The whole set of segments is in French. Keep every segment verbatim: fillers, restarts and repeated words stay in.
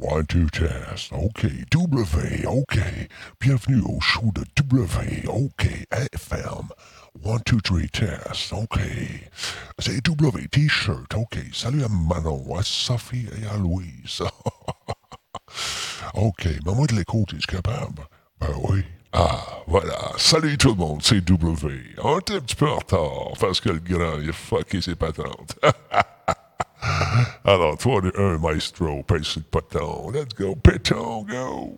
One, two, test. OK. W, OK. Bienvenue au show de W, OK. F M. One, two, three, test. OK. C'est W, T-shirt. OK. Salut à Manon, à Sophie et à Louise. OK. Maman de l'écoute, est-ce capable? Ben oui. Ah, voilà. Salut tout le monde, c'est W. On est un petit peu en retard parce que le grand, il a fucké ses patentes. Alors, toi, un maestro, pèse le poton. Let's go, péton, go!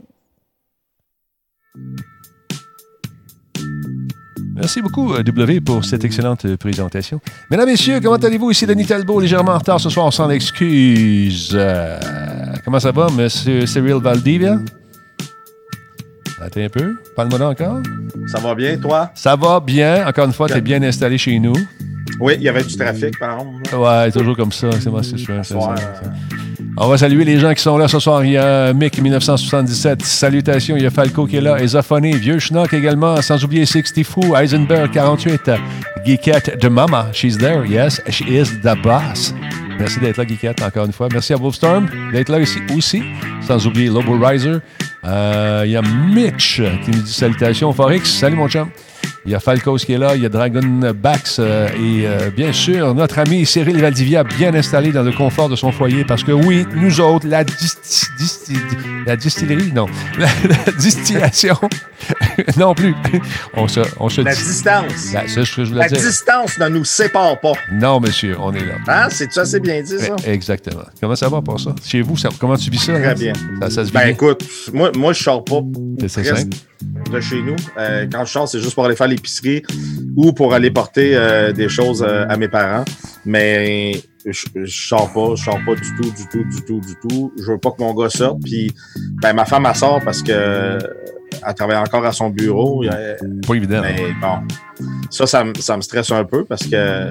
Merci beaucoup, W, pour cette excellente présentation. Mesdames, Messieurs, comment allez-vous? Ici Denis Talbot, légèrement en retard ce soir, on s'en excuse. Euh, comment ça va, Monsieur Cyril Valdivia? Attends un peu. Parle-moi là encore. Ça va bien, toi? Ça va bien. Encore une fois, tu es bien installé chez nous. Oui, il y avait du trafic, par exemple. Ouais, toujours comme ça. C'est moi, c'est sûr. C'est ça, ça. On va saluer les gens qui sont là ce soir. Il y a Mick, dix-neuf cent soixante-dix-sept. Salutations. Il y a Falco qui est là. Esophoné. Vieux Schnock également. Sans oublier sixty Fou. Heisenberg, quarante-huit. Geekette de Mama. She's there. Yes, she is the boss. Merci d'être là, Geekette, encore une fois. Merci à Wolfstorm d'être là ici aussi. Sans oublier Lobo Riser. Euh, il y a Mitch qui nous dit salutations. Forex. Salut, mon chum. Il y a Falcos qui est là, il y a Dragon Bax euh, et euh, bien sûr, notre ami Cyril Valdivia bien installé dans le confort de son foyer parce que oui, nous autres, la, disti- disti- la distillerie, non, la, la distillation, non plus. On se, on se la dit, distance. La, c'est ce que je voulais la dire. distance ne nous sépare pas. Non, monsieur, on est là. Hein? C'est ça, c'est bien dit, ça? Exactement. Comment ça va pour ça? Chez vous, ça, comment tu vis ça? Très là? bien. Ça, ça se vit ben bien? écoute, moi, moi je sors pas c'est simple. de chez nous. Euh, quand je sors, c'est juste pour aller faire l'épicerie ou pour aller porter euh, des choses euh, à mes parents. Mais je, je sors pas, je sors pas du tout, du tout, du tout, du tout. Je veux pas que mon gars sorte. Puis, ben ma femme elle sort parce que elle travaille encore à son bureau. Pas évident. Mais bon, ça, ça, ça me stresse un peu parce que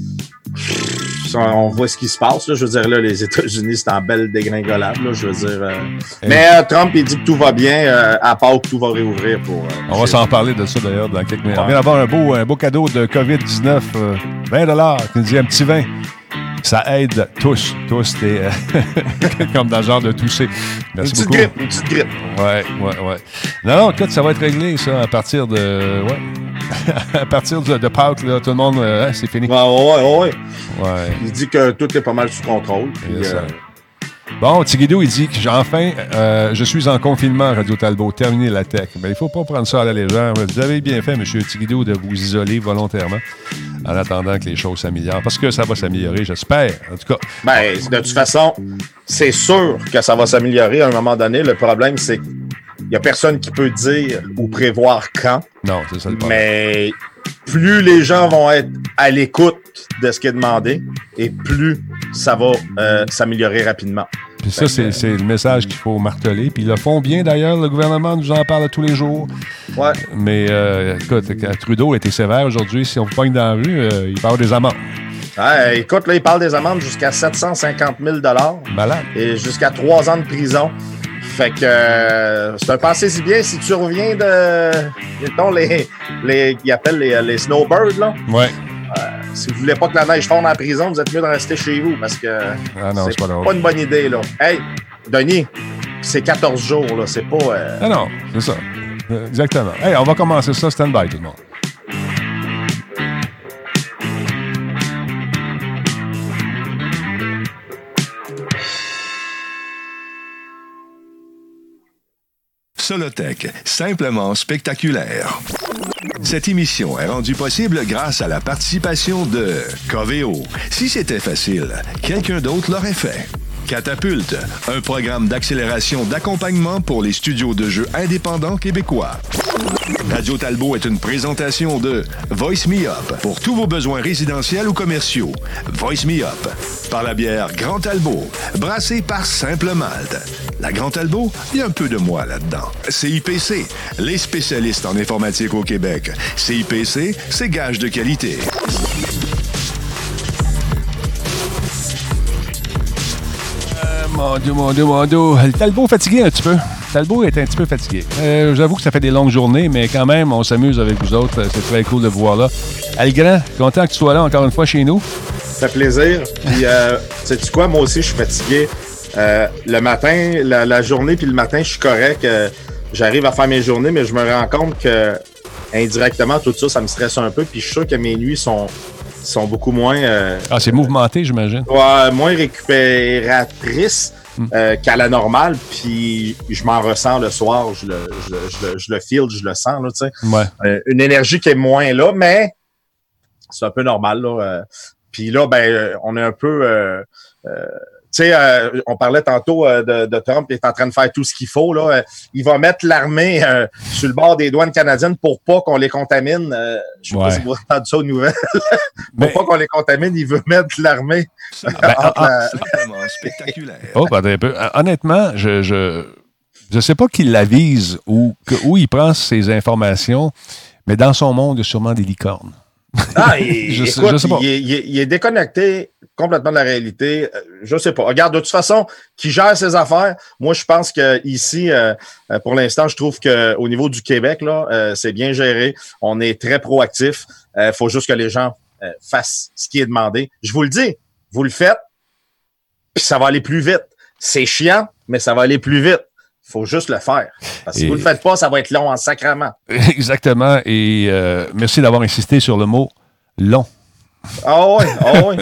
on voit ce qui se passe. Là. Je veux dire, là, les États-Unis, c'est en belle dégringolade. Là, je veux dire. Euh... Mais euh, Trump, il dit que tout va bien, euh, à part que tout va réouvrir pour. Euh, on va s'en parler de ça d'ailleurs dans quelques minutes. Ouais. On vient d'avoir un beau, un beau cadeau de covid dix-neuf, euh, vingt dollars, qui nous dit un petit vin. Ça aide tous, tous, t'es euh, comme dans le genre de tousser. Merci une petite beaucoup. Grippe, une petite grippe. Ouais, ouais, ouais. Non, non, écoute, ça va être réglé, ça, à partir de. Ouais. à partir de, de Pâques, là, tout le monde, euh, c'est fini. Ouais, ouais, ouais, ouais. Ouais. Il dit que tout est pas mal sous contrôle. Puis, yes, euh... Bon, Tigidou, il dit que enfin, euh, je suis en confinement, Radio Talbot, terminé la tech. Mais il ne faut pas prendre ça à la légère. Vous avez bien fait, M. Tigidou, de vous isoler volontairement en attendant que les choses s'améliorent. Parce que ça va s'améliorer, j'espère. En tout cas. Ben, de toute façon, c'est sûr que ça va s'améliorer à un moment donné. Le problème, c'est qu'il n'y a personne qui peut dire ou prévoir quand. Non, c'est ça le problème. Mais plus les gens vont être à l'écoute de ce qui est demandé et plus ça va euh, s'améliorer rapidement. Puis ça, c'est, c'est le message qu'il faut marteler. Puis ils le font bien, d'ailleurs. Le gouvernement nous en parle tous les jours. Ouais. Mais, euh, écoute, Trudeau a été sévère aujourd'hui. Si on vous pogne dans la rue, euh, il parle des amendes. Ouais, écoute, là, il parle des amendes jusqu'à sept cent cinquante mille dollars. Malade. Et jusqu'à trois ans de prison. Fait que euh, c'est un passé si bien si tu reviens de, mettons, les, les, ils appellent les, les snowbirds, là. Ouais. Euh, si vous voulez pas que la neige fonde en prison, vous êtes mieux de rester chez vous parce que ah non, c'est, c'est pas, pas une bonne idée, là. Hey, Denis, c'est quatorze jours, là, c'est pas... Euh... Ah non, c'est ça. Exactement. Hey, on va commencer ça, stand-by, tout le monde. Solotech, simplement spectaculaire. Cette émission est rendue possible grâce à la participation de Coveo. Si c'était facile, quelqu'un d'autre l'aurait fait. Catapulte, un programme d'accélération d'accompagnement pour les studios de jeux indépendants québécois. Radio Talbot est une présentation de Voice Me Up pour tous vos besoins résidentiels ou commerciaux. Voice Me Up par la bière Grand Talbot, brassée par Simple Malte. La Grand Talbot, il y a un peu de moi là-dedans. C I P C, les spécialistes en informatique au Québec. C I P C, c'est gage de qualité. Mon Dieu, mon Dieu, mon Dieu. Le Talbot fatigué un petit peu. Talbot est un petit peu fatigué. Euh, j'avoue que ça fait des longues journées, mais quand même, on s'amuse avec vous autres. C'est très cool de vous voir là. Algrand, content que tu sois là encore une fois chez nous. Ça fait plaisir. Puis, euh, sais-tu quoi? Moi aussi, je suis fatigué. Euh, le matin, la, la journée puis le matin, je suis correct. Euh, j'arrive à faire mes journées, mais je me rends compte que indirectement, tout ça, ça me stresse un peu. Puis je suis sûr que mes nuits sont, sont beaucoup moins... Euh, ah, c'est mouvementé, j'imagine. Ouais, moins récupératrices mm. euh, qu'à la normale. Puis je m'en ressens le soir. Je le, je, je, je, je le feel, je le sens. Là, tu sais. Ouais. Euh, une énergie qui est moins là, mais c'est un peu normal. Là. Euh, puis là, ben, on est un peu... Euh, euh, tu sais, euh, on parlait tantôt euh, de, de Trump, il est en train de faire tout ce qu'il faut. Là. Euh, il va mettre l'armée euh, sur le bord des douanes canadiennes pour pas qu'on les contamine. Euh, je sais ouais. pas si vous avez entendu ça aux nouvelles. pour Mais... pas qu'on les contamine, il veut mettre l'armée. Ben, la... Simplement spectaculaire. Oh, ben, un peu. Honnêtement, je je je sais pas qui l'avise ou que, où il prend ses informations, mais dans son monde, il y a sûrement des licornes. Ah, il, je, écoute, je sais pas. Il, est, il, est, il est déconnecté complètement de la réalité. Je sais pas. Regarde, de toute façon, qui gère ses affaires, moi, je pense que ici, euh, pour l'instant, je trouve qu'au niveau du Québec, là, euh, c'est bien géré. On est très proactif. Il euh, faut juste que les gens euh, fassent ce qui est demandé. Je vous le dis, vous le faites, puis ça va aller plus vite. C'est chiant, mais ça va aller plus vite. Il faut juste le faire. Parce que si et... vous ne le faites pas, ça va être long en sacrament. Exactement. Et euh, merci d'avoir insisté sur le mot « long ». Ah oui, ah oui.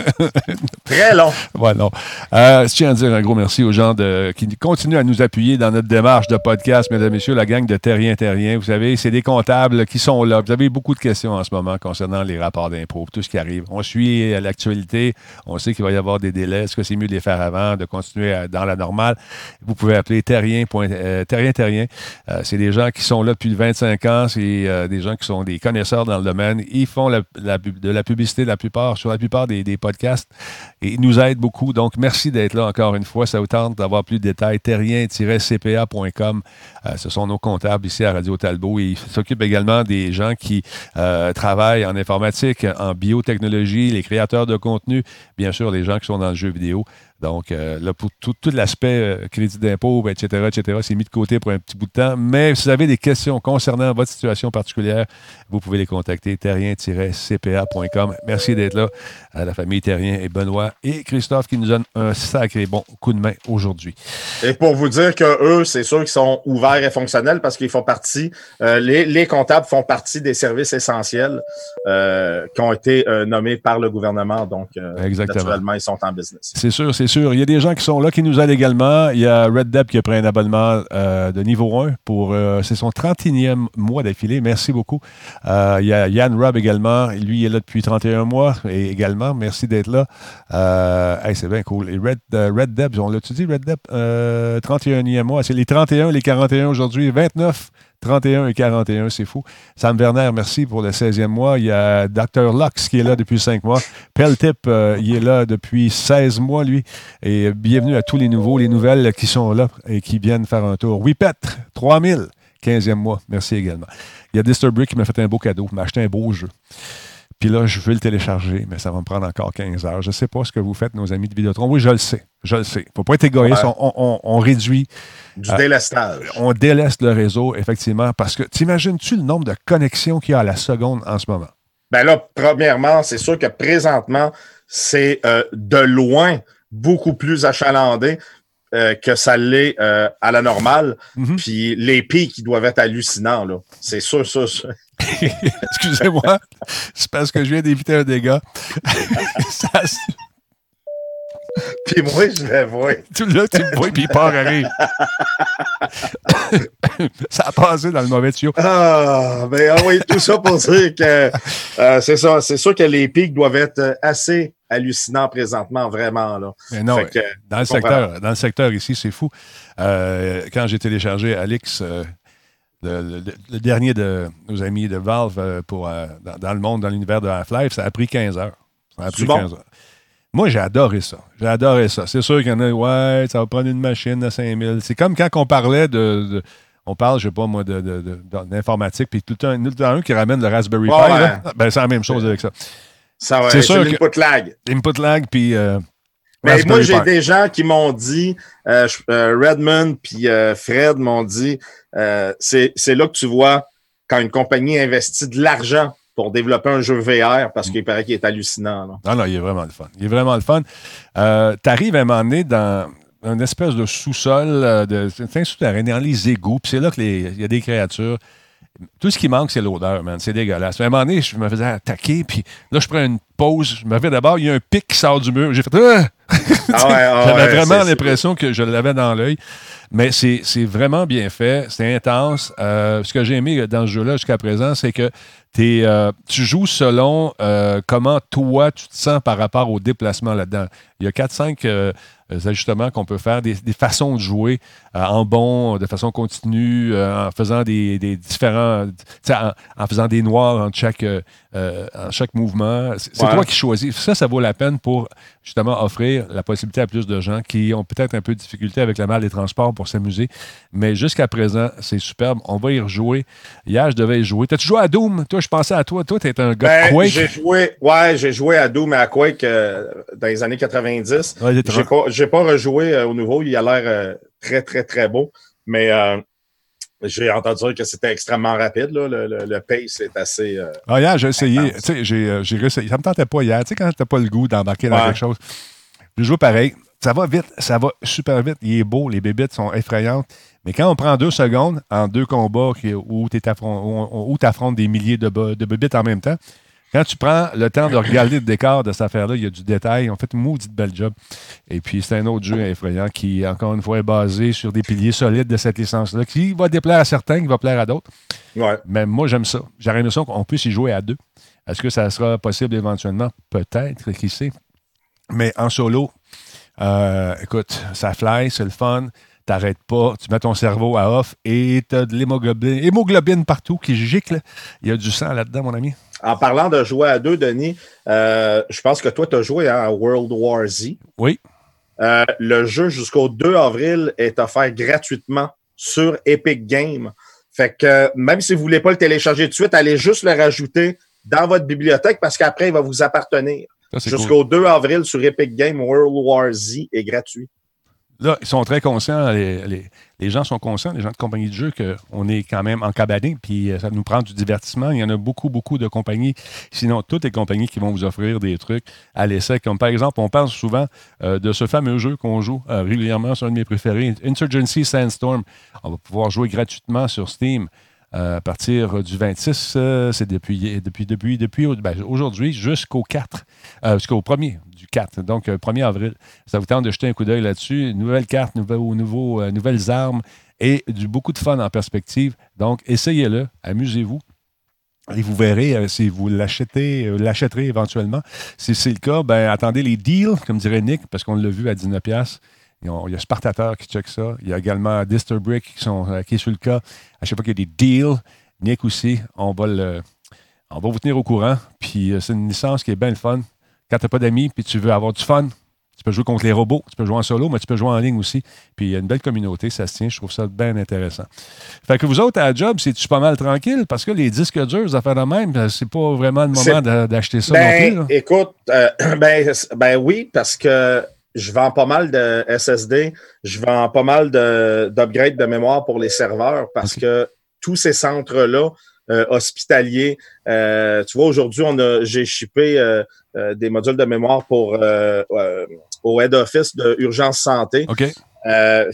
Très long. Ouais, non. Euh, je tiens à dire un gros merci aux gens de, qui continuent à nous appuyer dans notre démarche de podcast, mesdames et messieurs, la gang de Terrien Terrien. Vous savez, c'est des comptables qui sont là. Vous avez beaucoup de questions en ce moment concernant les rapports d'impôt, tout ce qui arrive. On suit l'actualité. On sait qu'il va y avoir des délais. Est-ce que c'est mieux de les faire avant, de continuer à, dans la normale? Vous pouvez appeler Terrien, euh, Terrien Terrien. Euh, c'est des gens qui sont là depuis vingt-cinq ans. C'est euh, des gens qui sont des connaisseurs dans le domaine. Ils font la, la, de la publicité la plupart sur la plupart des, des podcasts et ils nous aident beaucoup. Donc, merci d'être là encore une fois. Ça vous tente d'avoir plus de détails. terrien tiret c p a point com. Euh, ce sont nos comptables ici à Radio Talbot. Et ils s'occupent également des gens qui euh, travaillent en informatique, en biotechnologie, les créateurs de contenu, bien sûr, les gens qui sont dans le jeu vidéo. Donc, euh, là, pour tout, tout l'aspect euh, crédit d'impôt, et cetera, et cetera, c'est mis de côté pour un petit bout de temps. Mais si vous avez des questions concernant votre situation particulière, vous pouvez les contacter, terrien tiret c p a point com. Merci d'être là, à la famille Terrien et Benoît et Christophe qui nous donnent un sacré bon coup de main aujourd'hui. Et pour vous dire qu'eux, c'est sûr qu'ils sont ouverts et fonctionnels parce qu'ils font partie, euh, les, les comptables font partie des services essentiels euh, qui ont été euh, nommés par le gouvernement. Donc, euh, naturellement, ils sont en business. C'est sûr, c'est sûr. Il y a des gens qui sont là, qui nous aident également. Il y a Red Depp qui a pris un abonnement euh, de niveau un pour... Euh, c'est son trente et unième mois d'affilée. Merci beaucoup. Euh, il y a Yann Robb également. Lui, il est là depuis trente et un mois et également. Merci d'être là. Euh, hey, c'est bien cool. Et Red, euh, Red Depp, on l'a-tu dit, Red Depp? Euh, trente et unième mois. C'est les trente et un, les quarante et un aujourd'hui. vingt-neuf, trente et un et quarante et un, c'est fou. Sam Werner, merci pour le seizième mois. Il y a docteur Lux qui est là depuis cinq mois. Peltip, euh, il est là depuis seize mois, lui. Et bienvenue à tous les nouveaux, les nouvelles qui sont là et qui viennent faire un tour. Whippet, trois mille, quinzième mois. Merci également. Il y a Disturbrick qui m'a fait un beau cadeau, m'a acheté un beau jeu. Puis là, je veux le télécharger, mais ça va me prendre encore quinze heures. Je ne sais pas ce que vous faites, nos amis de Vidéotron. Oui, je le sais. Je le sais. Il ne faut pas être égoïste. Ouais. On, on, on réduit. Du euh, délestage. On déleste le réseau, effectivement, parce que t'imagines-tu le nombre de connexions qu'il y a à la seconde en ce moment? Ben là, premièrement, c'est sûr que présentement, c'est euh, de loin beaucoup plus achalandé euh, que ça l'est euh, à la normale. Mm-hmm. Puis les pics qui doivent être hallucinants, là. C'est sûr, sûr, sûr. Excusez-moi, c'est parce que je viens d'éviter un dégât. ça, puis moi, je le vois. Tu là, tu le vois, puis il part arrive. Ça a passé dans le mauvais tuyau. Ah, ben ah oui, tout ça pour dire que euh, c'est ça. C'est sûr que les pics doivent être assez hallucinants présentement, vraiment. Là. Mais non, que, dans, le secteur, dans le secteur ici, c'est fou. Euh, quand j'ai téléchargé Alix, euh, le, le, le dernier de nos amis de Valve euh, pour, euh, dans, dans le monde, dans l'univers de Half-Life, ça a pris quinze heures. Ça a pris bon? quinze heures. Moi, j'ai adoré ça. J'ai adoré ça. C'est sûr qu'il y en a, ouais, ça va prendre une machine à cinq mille. C'est comme quand on parlait de, de on parle, je sais pas moi, de, de, de, d'informatique, puis tout le temps, tout le temps un qui ramène le Raspberry Pi, oh, ouais. là, ben, c'est la même chose avec ça. Ça ouais, c'est, c'est sûr l'input que, lag. L'input lag, puis... Euh, mais moi, j'ai Pi. Des gens qui m'ont dit, euh, euh, Redmond puis euh, Fred m'ont dit, euh, c'est, c'est là que tu vois quand une compagnie investit de l'argent pour développer un jeu V R, parce qu'il paraît qu'il est hallucinant. Là. Non, non, il est vraiment le fun. Il est vraiment le fun. Euh, tu arrives à un moment donné dans... une espèce de sous-sol, euh, de, c'est un souterrain dans les égouts, puis c'est là qu'il y a des créatures. Tout ce qui manque, c'est l'odeur, man. C'est dégueulasse. À un moment donné, je me faisais attaquer, puis là, je prends une pause. Je me fais d'abord, il y a un pic qui sort du mur. J'ai fait... Ah! Ah ouais, ah J'avais ouais, vraiment l'impression que je l'avais dans l'œil. Mais c'est, c'est vraiment bien fait. C'est intense. Euh, ce que j'ai aimé dans ce jeu-là jusqu'à présent, c'est que t'es, euh, tu joues selon euh, comment toi, tu te sens par rapport au déplacement là-dedans. Il y a quatre cinq euh, ajustements qu'on peut faire, des, des façons de jouer euh, en bon, de façon continue, euh, en faisant des, des différents... En, en faisant des noirs en chaque, euh, en chaque mouvement. C'est, c'est ouais. toi qui choisis. Ça, ça vaut la peine pour justement offrir la possibilité à plus de gens qui ont peut-être un peu de difficulté avec le mal des transports pour s'amuser. Mais jusqu'à présent, c'est superbe. On va y rejouer. Hier, je devais y jouer. T'as-tu joué à Doom? Toi, je pensais à toi. Toi, t'es un gars ben, de Quake. J'ai joué, ouais, j'ai joué à Doom et à Quake euh, dans les années quatre-vingt-dix. Ouais, j'ai, pas, j'ai pas rejoué euh, au nouveau. Il a l'air euh, très, très, très beau. Mais euh, j'ai entendu dire que c'était extrêmement rapide. Là. Le, le, le pace est assez. Euh, ah, hier, j'ai essayé. Tu sais, j'ai, j'ai réessayé. Ça me tentait pas hier. Tu sais, quand t'as pas le goût d'embarquer dans ouais. quelque chose. Je joue pareil. Ça va vite, ça va super vite. Il est beau, les bébites sont effrayantes. Mais quand on prend deux secondes en deux combats où tu affrontes des milliers de, de bébites en même temps, quand tu prends le temps de regarder le décor de cette affaire-là, il y a du détail. On fait une maudite belle job. Et puis, c'est un autre jeu effrayant qui, encore une fois, est basé sur des piliers solides de cette licence-là, qui va déplaire à certains, qui va plaire à d'autres. Ouais. Mais moi, j'aime ça. J'aurais l'impression qu'on puisse y jouer à deux. Est-ce que ça sera possible éventuellement? Peut-être, qui sait. Mais en solo, euh, écoute, ça fly, c'est le fun. T'arrêtes pas, tu mets ton cerveau à off et t'as de l'hémoglobine, hémoglobine partout qui gicle. Il y a du sang là-dedans, mon ami. En parlant de jouer à deux, Denis, euh, je pense que toi, tu as joué hein, à World War Z. Oui. Euh, le jeu, jusqu'au deux avril, est offert gratuitement sur Epic Games. Fait que même si vous ne voulez pas le télécharger tout de suite, allez juste le rajouter dans votre bibliothèque parce qu'après, il va vous appartenir. Ça, jusqu'au cool. deux avril sur Epic Games, World War Z est gratuit. Là, ils sont très conscients, les, les, les gens sont conscients, les gens de compagnies de jeux, qu'on est quand même encabané, puis ça nous prend du divertissement. Il y en a beaucoup, beaucoup de compagnies, sinon toutes les compagnies qui vont vous offrir des trucs à l'essai. Comme par exemple, on parle souvent euh, de ce fameux jeu qu'on joue euh, régulièrement, c'est un de mes préférés, Insurgency Sandstorm. On va pouvoir jouer gratuitement sur Steam. Euh, à partir du vingt-six, euh, c'est depuis, depuis, depuis, depuis ben, aujourd'hui jusqu'au quatre, euh, jusqu'au premier du quatre, donc euh, premier avril. Ça vous tente de jeter un coup d'œil là-dessus. Nouvelles cartes, nouveau, nouveau, euh, nouvelles armes et du beaucoup de fun en perspective. Donc, essayez-le, amusez-vous. Et vous verrez euh, si vous l'achetez, euh, l'achèterez éventuellement. Si c'est le cas, ben, attendez les deals, comme dirait Nick, parce qu'on l'a vu à dix-neuf dollars. Il y a Spartateur qui check ça. Il y a également Disturbrick qui, sont, euh, qui est sur le cas. À chaque fois qu'il y a des deals, Nick aussi, on va, le, on va vous tenir au courant. Puis euh, c'est une licence qui est bien le fun. Quand tu n'as pas d'amis puis tu veux avoir du fun, tu peux jouer contre les robots, tu peux jouer en solo, mais tu peux jouer en ligne aussi. Puis il y a une belle communauté, ça se tient. Je trouve ça bien intéressant. Fait que vous autres, à la job, c'est-tu pas mal tranquille? Parce que les disques durs, ça fait de même. C'est pas vraiment le moment de, d'acheter ça ben, non plus. Là. Écoute, euh, ben, ben oui, parce que je vends pas mal de S S D, je vends pas mal de, d'upgrades de mémoire pour les serveurs parce okay. que tous ces centres-là, euh, hospitaliers, euh, tu vois, aujourd'hui, on a, j'ai shippé euh, euh, des modules de mémoire pour euh, euh, au head office de Urgence Santé. Okay. Euh,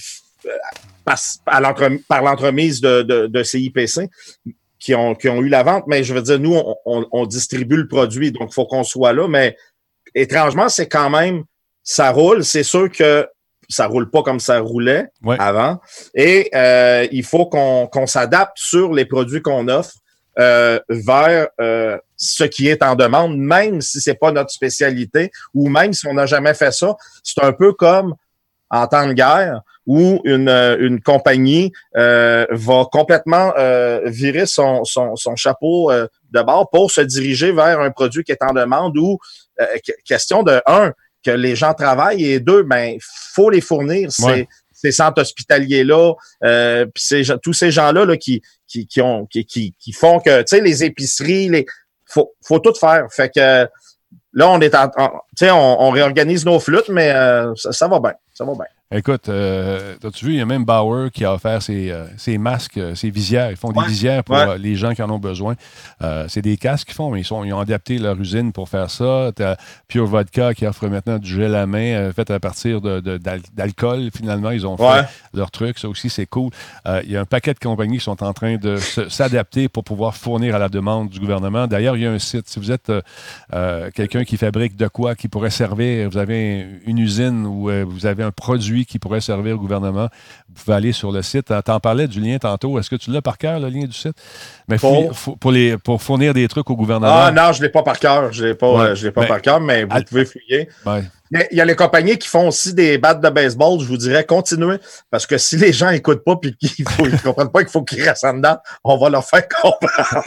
par, à l'entre, par l'entremise de, de, de C I P C qui ont, qui ont eu la vente, mais je veux dire, nous, on, on, on distribue le produit, donc il faut qu'on soit là, mais étrangement, c'est quand même ça roule, c'est sûr que ça roule pas comme ça roulait ouais. avant. Et euh, il faut qu'on, qu'on s'adapte sur les produits qu'on offre euh, vers euh, ce qui est en demande, même si c'est pas notre spécialité ou même si on n'a jamais fait ça. C'est un peu comme en temps de guerre où une, une compagnie euh, va complètement euh, virer son, son, son chapeau euh, de bord pour se diriger vers un produit qui est en demande ou euh, question de un, que les gens travaillent et deux, ben faut les fournir ces, ouais. ces centres hospitaliers-là, euh, puis ces, tous ces gens-là là, qui, qui, qui, ont, qui, qui, qui font que, tu sais, les épiceries, les faut, faut tout faire. Fait que là, on est en, en tu sais, on, on réorganise nos flûtes, mais euh, ça, ça va bien, ça va bien. Écoute, euh, as-tu vu, il y a même Bauer qui a offert ses, euh, ses masques, euh, ses visières. Ils font ouais. des visières pour ouais. euh, les gens qui en ont besoin. Euh, c'est des casques qu'ils font, mais ils, sont, ils ont adapté leur usine pour faire ça. Tu as Pure Vodka qui offre maintenant du gel à main euh, fait à partir de, de, d'al- d'alcool. Finalement, ils ont fait ouais. leur truc. Ça aussi, c'est cool. Euh, il y a un paquet de compagnies qui sont en train de se, s'adapter pour pouvoir fournir à la demande du gouvernement. D'ailleurs, il y a un site. Si vous êtes euh, euh, quelqu'un qui fabrique de quoi qui pourrait servir, vous avez une usine ou euh, vous avez un produit qui pourrait servir au gouvernement, vous pouvez aller sur le site. Tu en parlais du lien tantôt. Est-ce que tu l'as par cœur, le lien du site? Mais pour, fou, pour, les, pour fournir des trucs au gouvernement. Ah non, je ne l'ai pas par cœur. Je ne l'ai pas, ouais. euh, je l'ai pas ben, par cœur, mais vous à, pouvez fouiller. Ouais. Mais il y a les compagnies qui font aussi des battes de baseball. Je vous dirais, continuez. Parce que si les gens n'écoutent pas et qu'ils ne comprennent pas qu'il faut qu'ils restent en dedans, on va leur faire comprendre.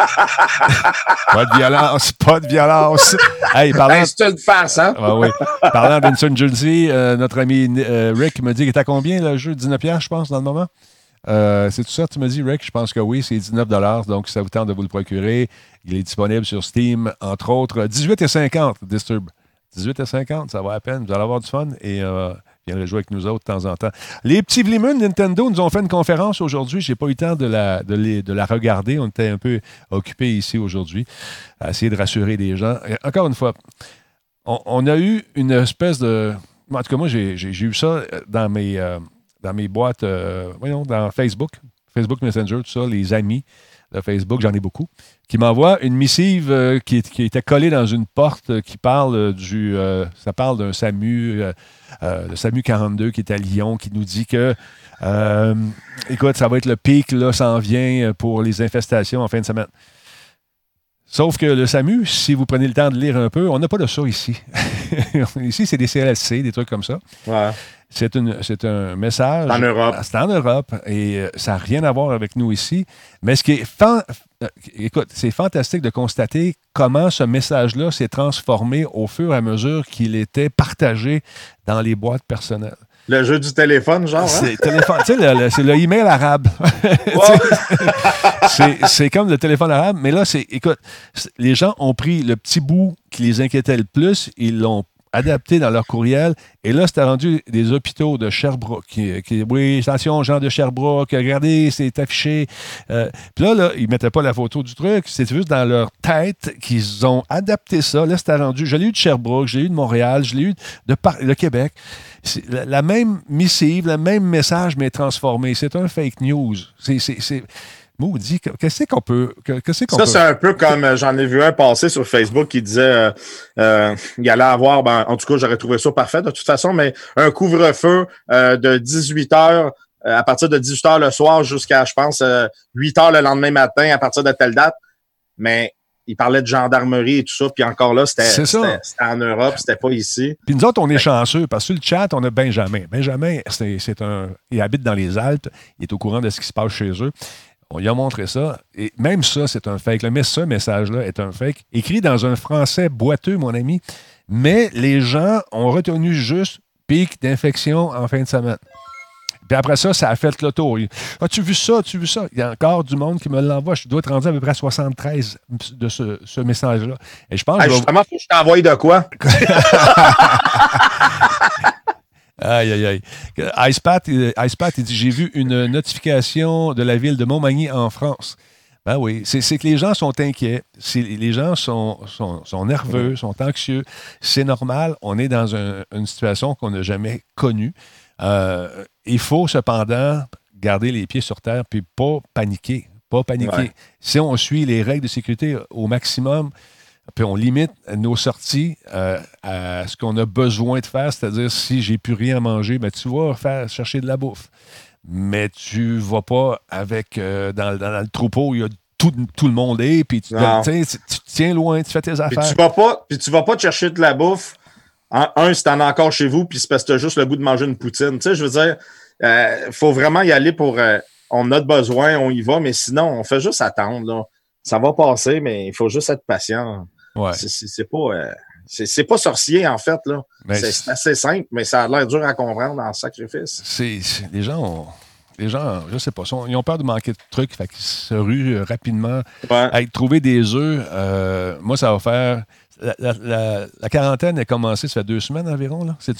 Pas de violence, pas de violence. Hey, parlant... C'est une farce, hein? Ah, oui. Parlant d'Inson Jersey, euh, notre ami euh, Rick me dit qu'il est à combien le jeu? dix-neuf dollars, je pense, dans le moment? Euh, c'est tout ça, tu me dis, Rick? Je pense que oui, c'est dix-neuf dollars, donc ça vous tente de vous le procurer. Il est disponible sur Steam, entre autres. dix-huit cinquante, Disturb. dix-huit cinquante, ça va à peine. Vous allez avoir du fun et euh, viendrez jouer avec nous autres de temps en temps. Les petits Vlimun Nintendo nous ont fait une conférence aujourd'hui. Je n'ai pas eu le temps de la, de, les, de la regarder. On était un peu occupés ici aujourd'hui à essayer de rassurer les gens. Et encore une fois, on, on a eu une espèce de... En tout cas, moi, j'ai, j'ai, j'ai eu ça dans mes, euh, dans mes boîtes, euh, voyons, dans Facebook, Facebook Messenger, tout ça, les amis de Facebook, j'en ai beaucoup, qui m'envoie une missive euh, qui, qui était collée dans une porte euh, qui parle euh, du... Euh, ça parle d'un SAMU, euh, euh, le SAMU quarante-deux qui est à Lyon, qui nous dit que, euh, écoute, ça va être le pic, là, s'en vient pour les infestations en fin de semaine. Sauf que le SAMU, si vous prenez le temps de lire un peu, on n'a pas de ça ici. Ici, c'est des C L S C, des trucs comme ça. Ouais. C'est, une, c'est un message. C'est en Europe. C'est en Europe et ça n'a rien à voir avec nous ici. Mais ce qui est fan, écoute, c'est fantastique de constater comment ce message-là s'est transformé au fur et à mesure qu'il était partagé dans les boîtes personnelles. Le jeu du téléphone, genre. Hein? C'est, téléphone, tu sais, le, le, c'est le email arabe. c'est, c'est comme le téléphone arabe, mais là, c'est, écoute, c'est, les gens ont pris le petit bout qui les inquiétait le plus, ils l'ont adapté dans leur courriel. Et là, c'était rendu des hôpitaux de Sherbrooke. Qui, qui, oui, attention, gens de Sherbrooke, regardez, c'est affiché. Euh, Puis là, là, ils ne mettaient pas la photo du truc. C'était juste dans leur tête qu'ils ont adapté ça. Là, c'était rendu. Je l'ai eu de Sherbrooke, je l'ai eu de Montréal, je l'ai eu de, Par- de Québec. C'est la, la même missive, le même message, mais transformé. C'est un fake news. C'est... c'est, c'est Maudit, qu'est-ce qu'on peut. Qu'est-ce qu'on ça, peut... c'est un peu comme j'en ai vu un passer sur Facebook qui disait euh, euh, il allait avoir, ben, en tout cas, j'aurais trouvé ça parfait de toute façon, mais un couvre-feu euh, de dix-huit heures, euh, à partir de dix-huit heures le soir jusqu'à, je pense, euh, huit heures le lendemain matin à partir de telle date. Mais il parlait de gendarmerie et tout ça, puis encore là, c'était, c'était, c'était en Europe, c'était pas ici. Puis nous autres, on est chanceux, parce que sur le chat, on a Benjamin. Benjamin, c'est, c'est un, il habite dans les Alpes, il est au courant de ce qui se passe chez eux. On lui a montré ça, et même ça, c'est un fake. Mais ce message-là est un fake, écrit dans un français boiteux, mon ami, mais les gens ont retenu juste pic d'infection en fin de semaine. Puis après ça, ça a fait le tour. As-tu vu ça? As-tu vu ça? Il y a encore du monde qui me l'envoie. Je dois être rendu à peu près à soixante-treize de ce, ce message-là. Et je pense hey, que justement, faut que je t'envoie de quoi? Aïe, aïe, aïe. Icepat, Icepat, il dit « J'ai vu une notification de la ville de Montmagny en France. » Ben oui, c'est, c'est que les gens sont inquiets. C'est, les gens sont, sont, sont nerveux, sont anxieux. C'est normal. On est dans un, une situation qu'on n'a jamais connue. Euh, il faut cependant garder les pieds sur terre puis pas paniquer. Pas paniquer. Ouais. Si on suit les règles de sécurité au maximum, puis on limite nos sorties euh, à ce qu'on a besoin de faire, c'est-à-dire si j'ai plus rien à manger, ben tu vas faire chercher de la bouffe. Mais tu ne vas pas avec euh, dans, dans, dans le troupeau, il y a tout, tout le monde est, puis tu, tu, tu te tiens loin, tu fais tes affaires. Puis tu vas pas, puis tu vas pas te chercher de la bouffe. Un, un si t'en as encore chez vous, puis c'est parce que t'as juste le goût de manger une poutine. Tu sais, je veux dire, il euh, faut vraiment y aller pour... Euh, on a besoin, on y va, mais sinon, on fait juste attendre. Là. Ça va passer, mais il faut juste être patient. Ouais. C'est, c'est, c'est pas... Euh, C'est, c'est pas sorcier, en fait. Là. C'est, c'est assez simple, mais ça a l'air dur à comprendre dans le sacrifice. C'est, c'est, les gens ont, les gens, je sais pas, sont, ils ont peur de manquer de trucs, fait qu'ils se ruent euh, rapidement. Ouais. À trouver des œufs, euh, moi, ça va faire... La, la, la, la quarantaine a commencé, ça fait deux semaines environ, là. C'est-tu fait?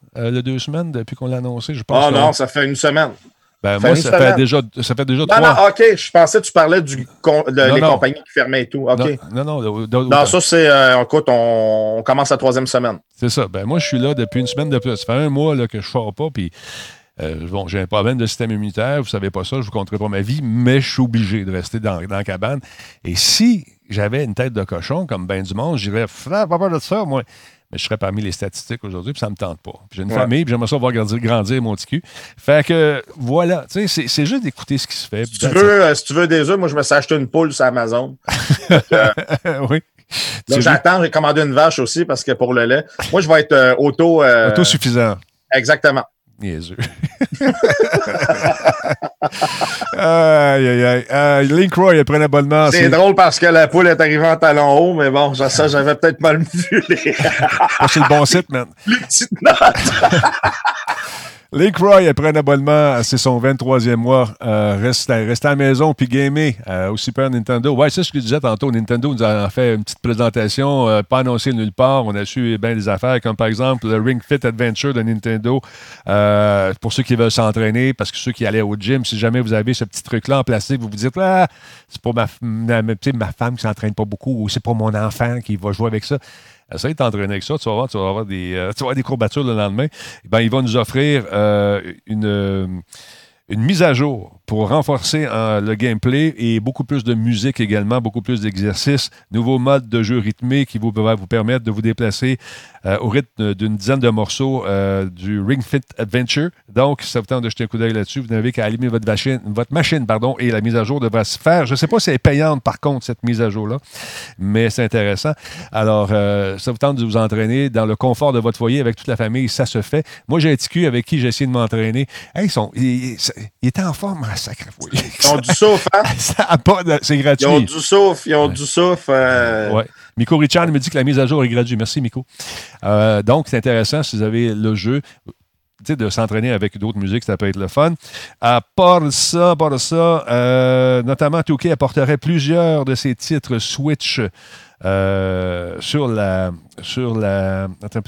euh, le deux semaines depuis qu'on l'a annoncé? Je pense Ah que... non, ça fait une semaine. Ben, moi, ça fait, déjà, ça fait déjà non, trois... Non, non, OK, je pensais que tu parlais du con, de, non, les non. compagnies qui fermaient et tout. OK. Non, non. Non, non, non ça, c'est... Euh, écoute, on, on commence la troisième semaine. C'est ça. Ben, moi, je suis là depuis une semaine de plus. Ça fait un mois là, que je ne sors pas, puis... Euh, bon, j'ai un problème de système immunitaire, vous ne savez pas ça, je ne vous compterai pas ma vie, mais je suis obligé de rester dans, dans la cabane. Et si j'avais une tête de cochon, comme ben du monde, je dirais, pas peur de ça, moi. Mais je serais parmi les statistiques aujourd'hui, puis ça ne me tente pas. Puis j'ai une ouais. famille, puis j'aimerais ça voir grandir, grandir mon petit cul. Fait que, voilà, tu sais, c'est, c'est juste d'écouter ce qui se fait. Si tu, veux, euh, si tu veux des œufs, moi, je me suis acheté une poule sur Amazon. euh, oui. Donc, j'attends, j'ai commandé une vache aussi, parce que pour le lait, moi, je vais être euh, auto... Euh, autosuffisant. Exactement. Niaiseux. aïe, aïe, aïe. Euh, Link Roy a pris un abonnement. C'est, c'est drôle parce que la poule est arrivée en talon haut, mais bon, ça, j'avais peut-être mal vu. Les... c'est le bon site, man. Les petites notes. Link Roy a pris un abonnement, c'est son vingt-troisième mois. Euh, reste, reste à la maison puis gamer euh, au Super Nintendo. Ouais, c'est ce que je disais tantôt. Nintendo nous a fait une petite présentation, euh, pas annoncée nulle part. On a su bien des affaires, comme par exemple le Ring Fit Adventure de Nintendo. Euh, pour ceux qui veulent s'entraîner, parce que ceux qui allaient au gym, si jamais vous avez ce petit truc-là en plastique, vous vous dites, ah, c'est pour ma, ma, ma femme qui s'entraîne pas beaucoup ou c'est pour mon enfant qui va jouer avec ça. Essaye de t'entraîner avec ça, tu vas voir, tu vas avoir des, euh, tu vas avoir des courbatures le lendemain. Ben, il va nous offrir euh, une, euh, une mise à jour pour renforcer euh, le gameplay et beaucoup plus de musique également, beaucoup plus d'exercices, nouveau mode de jeu rythmé qui vous, va vous permettre de vous déplacer euh, au rythme d'une dizaine de morceaux euh, du Ring Fit Adventure. Donc, ça vous tente de jeter un coup d'œil là-dessus, vous n'avez qu'à allumer votre machine, votre machine pardon, et la mise à jour devra se faire. Je ne sais pas si elle est payante, par contre, cette mise à jour-là, mais c'est intéressant. Alors, euh, ça vous tente de vous entraîner dans le confort de votre foyer avec toute la famille, ça se fait. Moi, j'ai un petit cul avec qui j'ai essayé de m'entraîner. Hey, ils, sont, ils, ils, ils étaient en forme, sacré fouille. Ils ont du souffle, hein? Ça a pas de... C'est gratuit. Ils ont du souffle, ils ont ouais. du souffle. Euh... Ouais. Miko Richard me dit que la mise à jour est gratuite. Merci, Miko. Euh, donc, c'est intéressant si vous avez le jeu. Tu sais, de s'entraîner avec d'autres musiques, ça peut être le fun. À part ça, à part ça, euh, notamment deux K apporterait plusieurs de ses titres Switch euh, sur la... Sur la... Attends,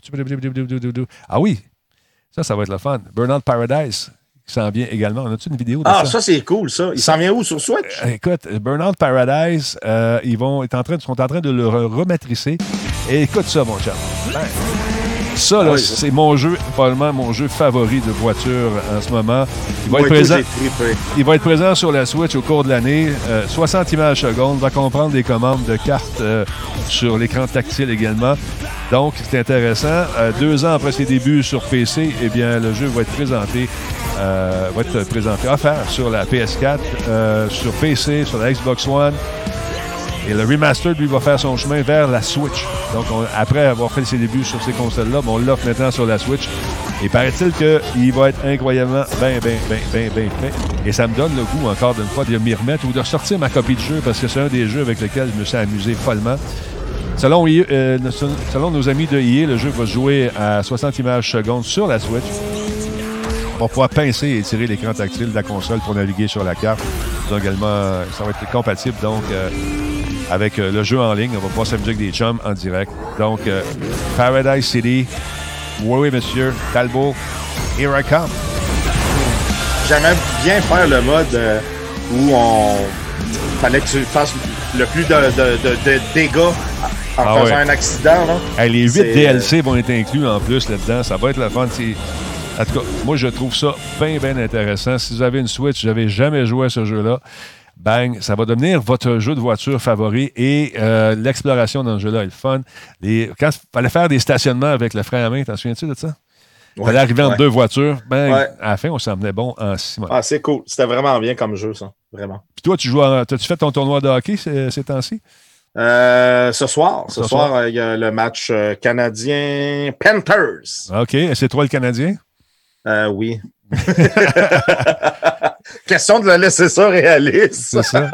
ah oui, ça, ça va être le fun. Burnout Paradise qui s'en vient également. On a-tu une vidéo de ah, ça? Ah, ça, c'est cool, ça. Il s'en vient où, sur Switch? Euh, écoute, Burnout Paradise, euh, ils vont être en train, sont en train de le rematricer. Et écoute ça, mon chum. Ben, ça, là, oui, c'est ça. Mon jeu, probablement mon jeu favori de voiture en ce moment. Il va, oui, être présent, il va être présent sur la Switch au cours de l'année. Euh, soixante images secondes. Va comprendre des commandes de cartes euh, sur l'écran tactile également. Donc, c'est intéressant. Euh, deux ans après ses débuts sur P C, eh bien, le jeu va être présenté, euh, va être présenté, offert sur la P S quatre, euh, sur P C, sur la Xbox One. Et le remaster, lui, va faire son chemin vers la Switch. Donc, on, après avoir fait ses débuts sur ces consoles-là, on l'offre maintenant sur la Switch. Et paraît-il qu'il va être incroyablement bien, bien, bien, bien, bien fait. Et ça me donne le goût, encore d'une fois, de m'y remettre ou de sortir ma copie de jeu parce que c'est un des jeux avec lesquels je me suis amusé follement. Selon, euh, selon nos amis de E A, le jeu va se jouer à soixante images secondes sur la Switch. On va pouvoir pincer et tirer l'écran tactile de la console pour naviguer sur la carte. Donc, également, ça va être compatible donc euh, avec euh, le jeu en ligne. On va pouvoir s'amuser avec des chums en direct. Donc, euh, Paradise City, oui, oui, monsieur, Talbot, here I come. J'aimerais bien faire le mode euh, où on fallait que tu fasses le plus de, de, de, de dégâts en ah faisant ouais. un accident. Là. Hey, les huit D L C vont être inclus en plus là-dedans. Ça va être le fun. C'est... En tout cas, moi, je trouve ça bien, bien intéressant. Si vous avez une Switch, vous n'avez jamais joué à ce jeu-là, bang, ça va devenir votre jeu de voiture favori et euh, l'exploration dans ce jeu-là est le fun. Les... Quand il fallait faire des stationnements avec le frein à main, t'en souviens-tu de ça? Il ouais, fallait arriver entre ouais. deux voitures. Ben, ouais. À la fin, on s'en venait bon en six mois. Ah, c'est cool. C'était vraiment bien comme jeu, ça. Vraiment. Puis toi, tu joues à... As-tu fait ton tournoi de hockey ces, ces temps-ci? Euh, ce soir. Ce, ce soir, il euh, y a le match euh, canadien Panthers. OK. C'est toi le Canadien? Euh, oui. Question de le laisser ça réaliste. C'est ça.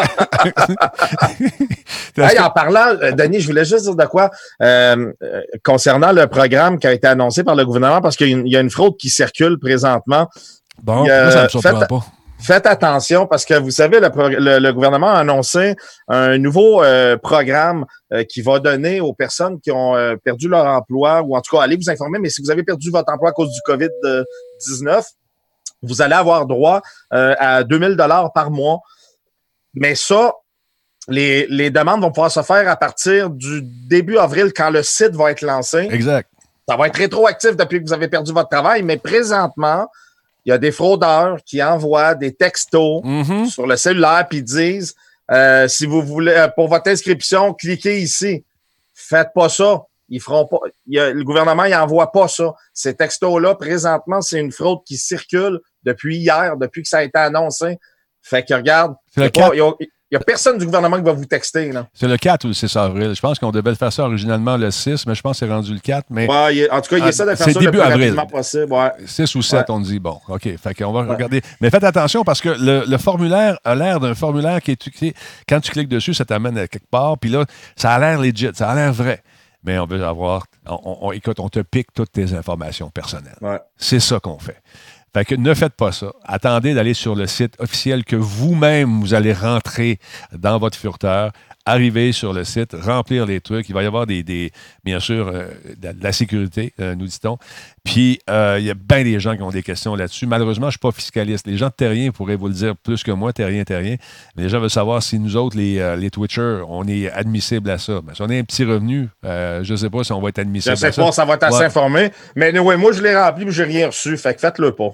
Hey, en parlant, Denis, je voulais juste dire de quoi euh, concernant le programme qui a été annoncé par le gouvernement, parce qu'il y a une, il y a une fraude qui circule présentement. Bon, euh, ça ne me surprend fait, pas. faites attention parce que vous savez, le, le, le gouvernement a annoncé un nouveau euh, programme euh, qui va donner aux personnes qui ont euh, perdu leur emploi, ou en tout cas, allez vous informer, mais si vous avez perdu votre emploi à cause du covid dix-neuf, vous allez avoir droit euh, à deux mille dollars par mois. Mais ça, les, les demandes vont pouvoir se faire à partir du début avril quand le site va être lancé. Exact. Ça va être rétroactif depuis que vous avez perdu votre travail, mais présentement, il y a des fraudeurs qui envoient des textos Mm-hmm. sur le cellulaire puis disent euh, si vous voulez, pour votre inscription, cliquez ici. Faites pas ça. Ils feront pas. Il y a, le gouvernement, il envoie pas ça. Ces textos-là, présentement, c'est une fraude qui circule depuis hier, depuis que ça a été annoncé. Fait que regarde, il n'y a, a personne du gouvernement qui va vous texter. Là. C'est le quatre ou le six avril. Je pense qu'on devait le faire ça originalement le six, mais je pense que c'est rendu le quatre. Mais ouais, il, en tout cas, il ah, essaie de faire c'est ça début le plus avril. rapidement possible. Ouais. six ou sept, ouais. on dit, bon, OK, fait qu'on va ouais. regarder. Mais faites attention parce que le, le formulaire a l'air d'un formulaire qui est... Qui, quand tu cliques dessus, ça t'amène à quelque part, puis là, ça a l'air legit, ça a l'air vrai. Mais on veut avoir... On, on, écoute, on te pique toutes tes informations personnelles. Ouais. C'est ça qu'on fait. Fait que ne faites pas ça. Attendez d'aller sur le site officiel que vous-même, vous allez rentrer dans votre furteur, arriver sur le site, remplir les trucs. Il va y avoir des, des bien sûr, euh, de, de la sécurité, euh, nous dit-on. Puis, euh, il y a bien des gens qui ont des questions là-dessus. Malheureusement, je ne suis pas fiscaliste. Les gens de Terrien pourraient vous le dire plus que moi, Terrien, Terrien. Mais les gens veulent savoir si nous autres, les, euh, les Twitchers, on est admissibles à ça. Mais si on a un petit revenu, euh, je ne sais pas si on va être admissible à ça. Je sais pas, ça va être assez ouais. informé. Mais anyway, moi, je l'ai rempli, mais je n'ai rien reçu. Fait que faites-le pas.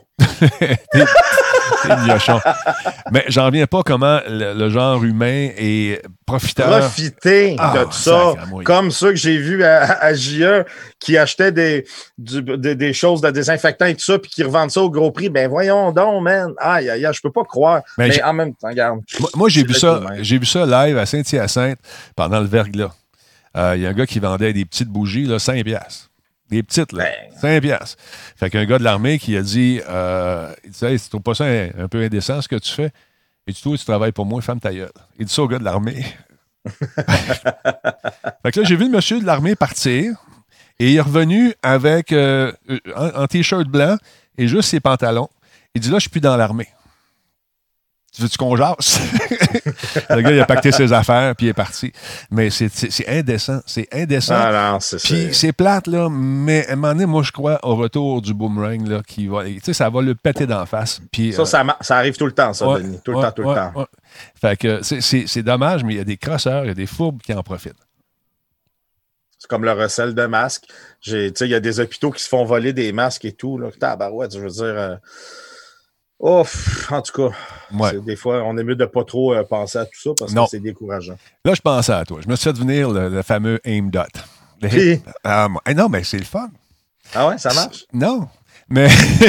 C'est gnochon. Mais j'en reviens pas comment le, le genre humain est profiteur. Profiter ah, de tout ça, comme ceux que j'ai vus à, à J E qui achetaient des, du, des, des choses de désinfectant et tout ça, puis qui revendent ça au gros prix. Ben voyons donc, man. Aïe, aïe, aïe, je peux pas croire. Mais, Mais en même temps, regarde. Moi, moi j'ai vu ça, j'ai vu ça live à Saint-Hyacinthe pendant le verglas. Il euh, y a un gars qui vendait des petites bougies, là, cinq piastres. Des petites, là. Ben. cinq piastres. Fait qu'un gars de l'armée qui a dit, euh, il dit, hey, tu trouves pas ça un, un peu indécent, ce que tu fais? Et du tout, tu travailles pour moi, ferme ta gueule. Il dit ça au gars de l'armée. Fait que là, j'ai vu le monsieur de l'armée partir et il est revenu avec euh, en, en t-shirt blanc et juste ses pantalons. Il dit, là, je suis plus dans l'armée. Tu veux-tu qu'on jase? Le gars, il a pacté ses affaires, puis il est parti. Mais c'est, c'est, c'est indécent. C'est indécent. Ah non, c'est Puis c'est... c'est plate, là, mais à un moment donné, moi, je crois au retour du boomerang, là, qui va... Tu sais, ça va le péter d'en face. Puis, ça, euh, ça, ça arrive tout le temps, ça, ouais, Denis. Tout le ouais, temps, tout ouais, le temps. Ouais. Fait que c'est, c'est, c'est dommage, mais il y a des crosseurs, il y a des fourbes qui en profitent. C'est comme le recel de masques. Tu sais, il y a des hôpitaux qui se font voler des masques et tout, là. Tabarouette, je veux dire... Euh... Oh, en tout cas, ouais. des fois, on est mieux de ne pas trop euh, penser à tout ça parce non. que c'est décourageant. Là, je pensais à toi. Je me suis fait venir le, le fameux aim dot. Puis? Um, hey, non, mais c'est le fun. Ah ouais, ça marche? Non, mais...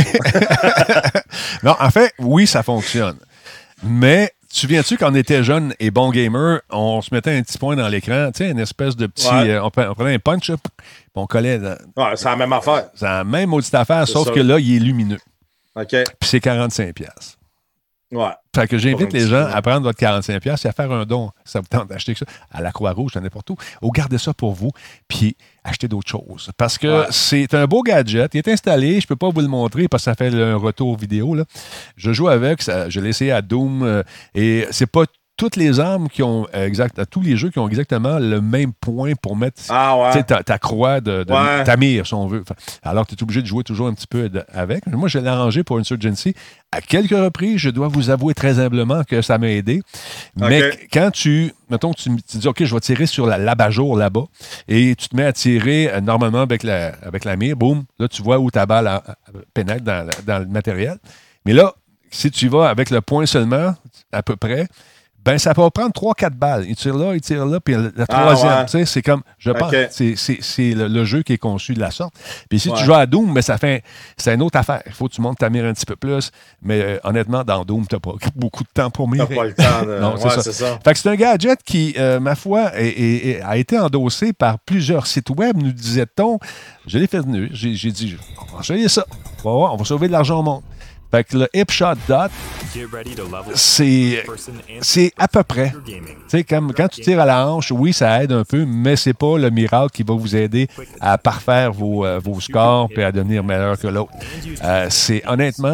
non, en fait, oui, ça fonctionne. Mais... Tu viens-tu, quand on était jeune et bon gamer, on se mettait un petit point dans l'écran, tu sais, une espèce de petit... Ouais. Euh, on, on prenait un punch, puis on collait... Dans, ouais, c'est la même affaire. C'est la même maudite affaire, c'est sauf ça. Que là, il est lumineux. OK. Puis c'est quarante-cinq piastres. Ouais. Fait que j'invite les gens à prendre votre quarante-cinq piastres et à faire un don. Ça vous tente d'acheter ça à la Croix-Rouge, à n'importe où. Ou gardez ça pour vous, puis achetez d'autres choses. Parce que ouais. c'est un beau gadget. Il est installé. Je ne peux pas vous le montrer parce que ça fait un retour vidéo. Là. Je joue avec. Ça, je l'ai essayé à Doom. Euh, et c'est pas toutes les armes qui ont euh, exact, tous les jeux qui ont exactement le même point pour mettre ah ouais. ta, ta croix de, de ouais. ta mire, si on veut. Alors, tu es obligé de jouer toujours un petit peu de, avec. Moi, je l'ai arrangé pour Insurgency. À quelques reprises, je dois vous avouer très humblement que ça m'a aidé. Mais okay. quand tu, mettons, tu, tu dis, OK, je vais tirer sur la l'abat-jour là-bas, et tu te mets à tirer euh, normalement avec la, avec la mire, boum, là, tu vois où ta balle a, a, pénètre dans, dans le matériel. Mais là, si tu vas avec le point seulement, à peu près, ben ça peut prendre trois quatre balles. Il tire là, il tire là, puis la troisième, ah ouais. tu sais, c'est comme, je pense, okay. c'est, c'est, c'est le, le jeu qui est conçu de la sorte. Puis si ouais. tu joues à Doom, ben ça fait, c'est une autre affaire. Il faut que tu montes ta mire un petit peu plus, mais euh, honnêtement, dans Doom, t'as pas beaucoup de temps pour mirer. T'as pas le temps de... non, c'est, ouais, ça. c'est ça. Fait que c'est un gadget qui, euh, ma foi, est, est, est, a été endossé par plusieurs sites web, nous disait-on. Je l'ai fait venir, j'ai, j'ai dit, on va essayer ça. On va, voir, on va sauver de l'argent au monde. Fait que le Hipshot Dot, c'est, c'est à peu près. Tu sais, comme quand tu tires à la hanche, oui, ça aide un peu, mais c'est pas le miracle qui va vous aider à parfaire vos, euh, vos scores et à devenir meilleur que l'autre. Euh, c'est honnêtement,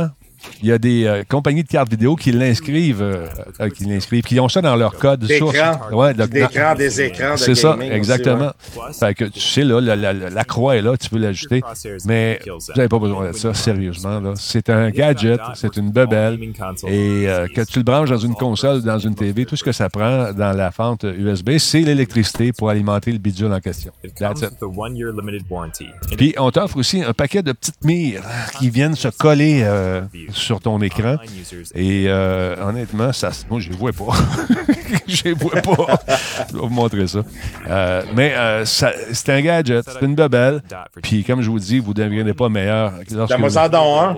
il y a des euh, compagnies de cartes vidéo qui l'inscrivent, euh, euh, qui l'inscrivent, qui ont ça dans leur code d'écran. source. Ouais, de, d'écran, des écrans de c'est ça, gaming exactement. Aussi, ouais. Fait que tu sais, là, la, la, la croix est là, tu peux l'ajouter, mais vous n'avez pas besoin de ça, sérieusement. Là. C'est un gadget, c'est une bebelle, et euh, que tu le branches dans une console, dans une T V, tout ce que ça prend dans la fente U S B, c'est l'électricité pour alimenter le bidule en question. That's it. Puis, on t'offre aussi un paquet de petites mires qui viennent se coller euh, sur ton écran. Et euh, honnêtement, ça, moi, je les vois pas. Je les vois pas. Je vais vous montrer ça. Euh, mais euh, ça, c'est un gadget, c'est une bebelle. Puis, comme je vous dis, vous ne deviendrez pas meilleur. Moi, ça en donne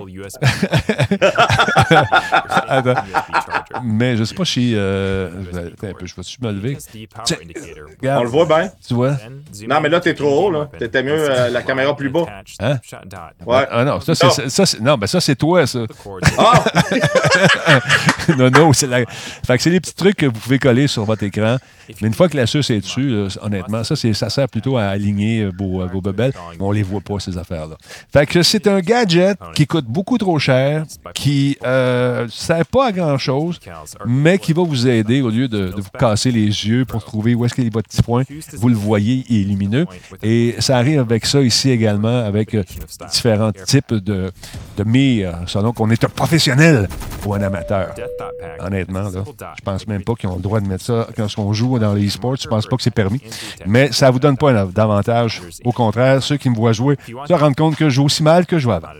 un. Attends. Mais je sais pas si... Euh, attends un peu, je vais-tu me lever? Tiens, regarde. On le voit bien. Tu vois? Non, mais là, t'es trop haut, là. T'étais mieux euh, la caméra plus bas. Hein? Ouais. Ah non, ça, c'est, non. Ça, ça, c'est, non, ben ça, c'est toi, ça. Ah! non, non, c'est la... Fait que c'est les petits trucs que vous pouvez coller sur votre écran. Mais une fois que la suce est dessus, là, honnêtement, ça, c'est, ça sert plutôt à aligner vos, vos bebelles. Mais on les voit pas, ces affaires-là. Fait que c'est un gadget qui coûte beaucoup trop cher, qui euh, ne sert pas à grand-chose, mais qui va vous aider au lieu de, de vous casser les yeux pour trouver où est-ce qu'il y a votre petit point. Vous le voyez, il est lumineux. Et ça arrive avec ça ici également, avec euh, différents types de, de mires, selon qu'on est un professionnel ou un amateur. Honnêtement, là, je pense même pas qu'ils ont le droit de mettre ça quand on joue dans les e-sports. Je pense pas que c'est permis. Mais ça vous donne pas un avantage. Au contraire, ceux qui me voient jouer se rendent compte que je joue aussi mal que je joue avant.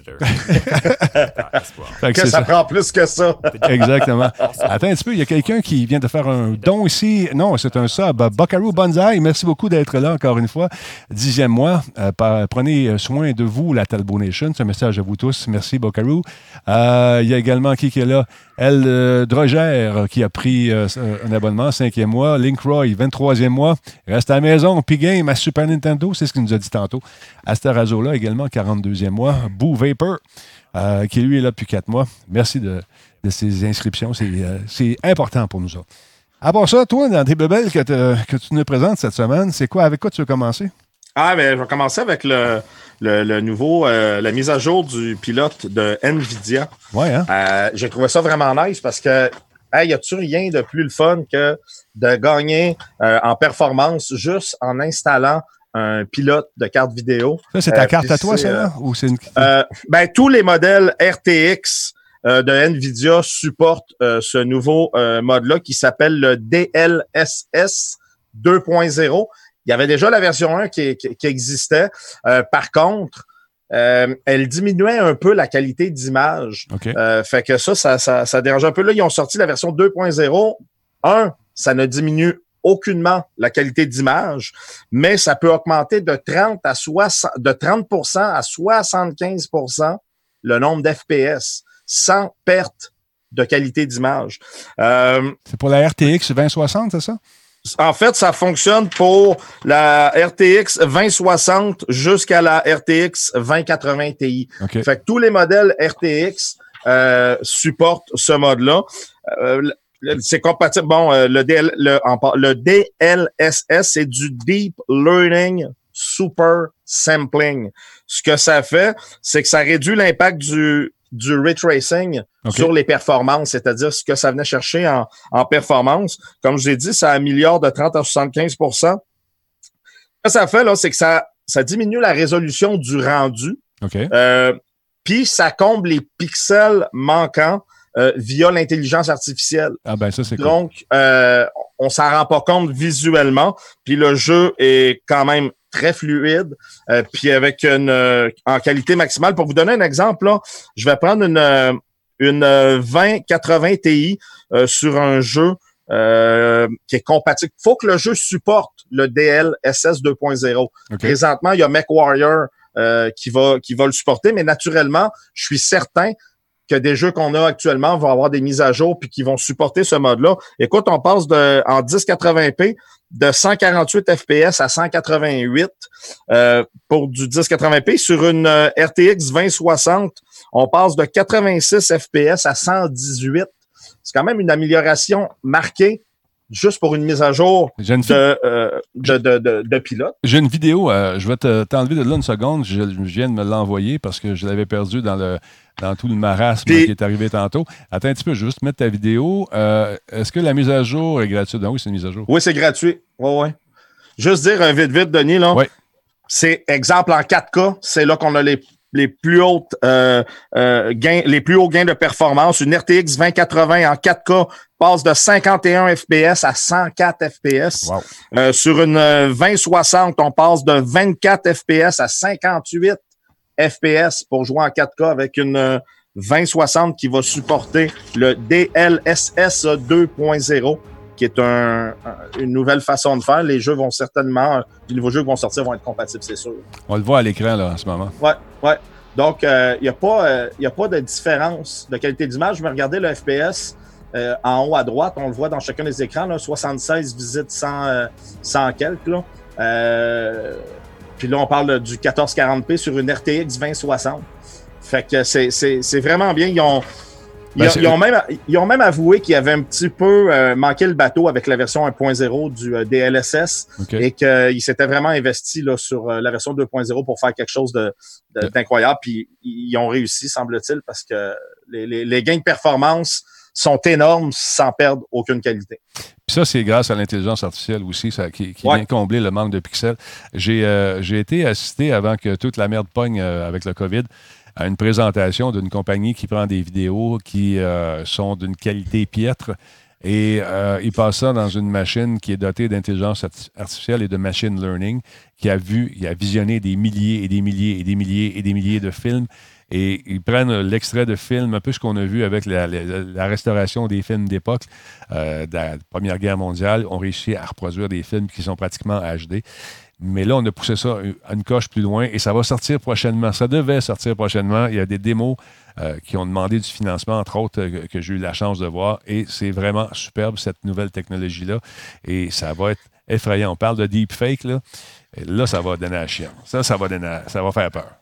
que, que ça, ça prend plus que ça. Exactement. Attends un petit peu, il y a quelqu'un qui vient de faire un don ici. Non, c'est un sub. Buckaroo Banzai, merci beaucoup d'être là encore une fois. Dixième mois. Euh, par, prenez soin de vous, la Talbot Nation. C'est un message à vous tous. Merci, Buckaroo. Euh, il y a également qui, qui est là? Elle euh, Droger, qui a pris euh, un abonnement, cinquième mois. Linkroy, vingt-troisième mois. Reste à la maison. P-Game à Super Nintendo, c'est ce qu'il nous a dit tantôt. Asterazola également, quarante-deuxième mois. Boo Vapor, euh, qui lui est là depuis quatre mois. Merci de, de ces inscriptions. C'est, euh, c'est important pour nous autres. À part ça, toi, dans tes bebelles que, que tu nous présentes cette semaine, c'est quoi? Avec quoi tu veux commencer? Ah, ben, je vais commencer avec le, le, le nouveau, euh, la mise à jour du pilote de NVIDIA. Ouais, hein? Euh, j'ai trouvé ça vraiment nice parce que, hey, y a-tu rien de plus le fun que de gagner euh, en performance juste en installant un pilote de carte vidéo? Ça, c'est ta euh, carte à toi, c'est, celle-là? Euh, ou c'est une... euh, ben, tous les modèles R T X euh, de NVIDIA supportent euh, ce nouveau euh, mode-là qui s'appelle le D L S S deux point zéro. Il y avait déjà la version un qui, qui, qui existait. Euh, par contre, euh, elle diminuait un peu la qualité d'image. Okay. Euh, fait que ça, ça, ça, ça dérange un peu. Là, ils ont sorti la version deux point zéro. Un, ça ne diminue aucunement la qualité d'image, mais ça peut augmenter de trente à soixante, de trente pour cent à soixante-quinze pour cent le nombre d'F P S sans perte de qualité d'image. Euh, c'est pour la R T X vingt soixante, c'est ça? En fait, ça fonctionne pour la R T X vingt soixante jusqu'à la R T X vingt quatre-vingts Ti. Okay. Fait que tous les modèles R T X euh, supportent ce mode-là. Euh, c'est compatible. Bon, euh, le, D L, le, le D L S S, c'est du Deep Learning Super Sampling. Ce que ça fait, c'est que ça réduit l'impact du du ray tracing okay. sur les performances, c'est-à-dire ce que ça venait chercher en, en performance. Comme je l'ai dit, ça améliore de trente à soixante-quinze pour cent. Ce que ça fait, là, c'est que ça, ça diminue la résolution du rendu. Okay. Euh, puis ça comble les pixels manquants euh, via l'intelligence artificielle. Ah ben ça, c'est cool. Donc, euh, on s'en rend pas compte visuellement. Puis le jeu est quand même très fluide, euh, puis avec une euh, en qualité maximale. Pour vous donner un exemple, là, je vais prendre une une vingt quatre-vingts Ti euh, sur un jeu euh, qui est compatible. Il faut que le jeu supporte le D L S S deux point zéro. Okay. Présentement, il y a MechWarrior euh, qui va qui va le supporter, mais naturellement, je suis certain que des jeux qu'on a actuellement vont avoir des mises à jour puis qui vont supporter ce mode-là. Écoute, on passe de en dix quatre-vingts p de cent quarante-huit F P S à cent quatre-vingt-huit euh, pour du dix quatre-vingts p. Sur une euh, R T X vingt soixante, on passe de quatre-vingt-six F P S à cent dix-huit. C'est quand même une amélioration marquée juste pour une mise à jour de, euh, de, de, de, de pilote. J'ai une vidéo, euh, je vais te, t'enlever de là une seconde, je, je viens de me l'envoyer parce que je l'avais perdu dans le dans tout le marasme Puis, qui est arrivé tantôt. Attends un petit peu, je vais juste mettre ta vidéo. Euh, est-ce que la mise à jour est gratuite? Non, oui, c'est une mise à jour. Oui, c'est gratuit. Oui, oui. Juste dire un vite, vite, Denis, là. Oui. C'est exemple en quatre K, c'est là qu'on a les, les plus hautes euh, euh, gains, les plus hauts gains de performance. Une R T X vingt quatre-vingts en quatre K passe de cinquante et un F P S à cent quatre F P S. Wow. Euh, sur une vingt soixante, on passe de vingt-quatre F P S à cinquante-huit F P S pour jouer en quatre K avec une vingt soixante qui va supporter le D L S S deux point zéro, qui est un, une nouvelle façon de faire. Les jeux vont certainement, les nouveaux jeux qui vont sortir vont être compatibles, c'est sûr. On le voit à l'écran là en ce moment. Ouais, ouais. Donc, il euh, n'y a, euh, a pas de différence de qualité d'image. Je vais regarder le F P S euh, en haut à droite. On le voit dans chacun des écrans, là, soixante-seize visites cent, euh, cent quelques. Là. Euh, puis là, on parle du quatorze quarante p sur une R T X vingt soixante. Fait que c'est, c'est, c'est vraiment bien. Ils ont, ils, Ben, ont, ils, ont même, ils ont même avoué qu'ils avaient un petit peu euh, manqué le bateau avec la version un point zéro du euh, D L S S Okay. et qu'ils s'étaient vraiment investis là, sur euh, la version deux point zéro pour faire quelque chose de, de, d'incroyable. Puis ils ont réussi, semble-t-il, parce que les, les, les gains de performance sont énormes sans perdre aucune qualité. Puis ça, c'est grâce à l'intelligence artificielle aussi, ça, qui, qui Ouais. vient combler le manque de pixels. J'ai, euh, j'ai été assisté, avant que toute la merde pogne euh, avec le COVID, à une présentation d'une compagnie qui prend des vidéos qui euh, sont d'une qualité piètre. Et euh, il passe ça dans une machine qui est dotée d'intelligence artificielle et de machine learning, qui a vu, il a visionné des milliers et des milliers et des milliers et des milliers de films. Et ils prennent l'extrait de film, un peu ce qu'on a vu avec la, la, la restauration des films d'époque euh, de la Première Guerre mondiale. On réussit à reproduire des films qui sont pratiquement H D. Mais là, on a poussé ça à une coche plus loin et ça va sortir prochainement. Ça devait sortir prochainement. Il y a des démos euh, qui ont demandé du financement, entre autres, euh, que j'ai eu la chance de voir. Et c'est vraiment superbe, cette nouvelle technologie-là. Et ça va être effrayant. On parle de deepfake, là. Et là, ça va donner à chien. Ça, ça va, donner, ça va faire peur.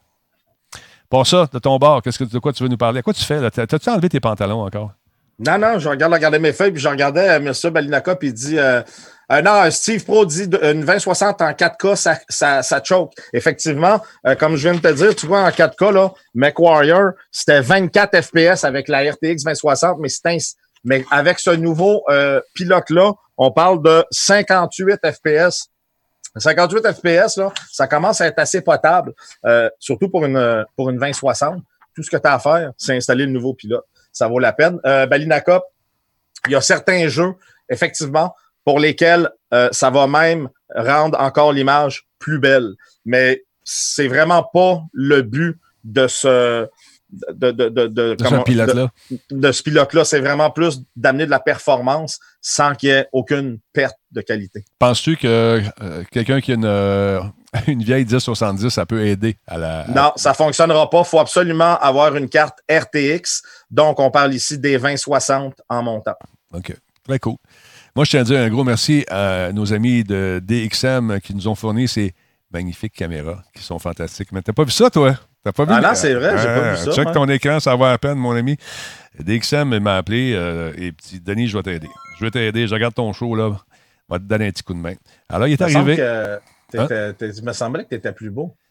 Pour ça, de ton bord, qu'est-ce que, de quoi tu veux nous parler? À quoi tu fais, là? T'as-tu enlevé tes pantalons encore? Non, non, je regarde, regarder mes feuilles, puis je regardais euh, M. Balinaka, puis il dit... Euh, Euh, non, Steve Pro dit une vingt soixante en quatre K, ça, ça, ça choke. Effectivement, euh, comme je viens de te dire, tu vois, en quatre K, là, MechWarrior, c'était vingt-quatre F P S avec la R T X vingt soixante, mais, c'est un, mais avec ce nouveau euh, pilote-là, on parle de cinquante-huit F P S. cinquante-huit F P S, là, ça commence à être assez potable, euh, surtout pour une, pour une vingt soixante. Tout ce que tu as à faire, c'est installer le nouveau pilote. Ça vaut la peine. Euh, Balinaka, il y a certains jeux, effectivement, pour lesquels euh, ça va même rendre encore l'image plus belle. Mais c'est vraiment pas le but de ce de, de, de, de, de comment, ce pilote-là. De, de ce pilote-là. C'est vraiment plus d'amener de la performance sans qu'il y ait aucune perte de qualité. Penses-tu que euh, quelqu'un qui a une, euh, une vieille dix soixante-dix, ça peut aider à la... À... Non, ça fonctionnera pas. Il faut absolument avoir une carte R T X. Donc, on parle ici des vingt soixante en montant. OK. Très cool. Moi, je tiens à dire un gros merci à nos amis de D X M qui nous ont fourni ces magnifiques caméras qui sont fantastiques. Mais t'as pas vu ça, toi? T'as pas vu? Ah non, c'est vrai, j'ai euh, pas vu ça. Check hein. ton écran, ça va à peine, mon ami. D X M m'a appelé euh, et dit, Denis, je vais t'aider. Je vais t'aider, je regarde ton show, là. Je vais te donner un petit coup de main. Alors, il est Il me arrivé. semble que hein? Il me semblait que tu étais plus beau.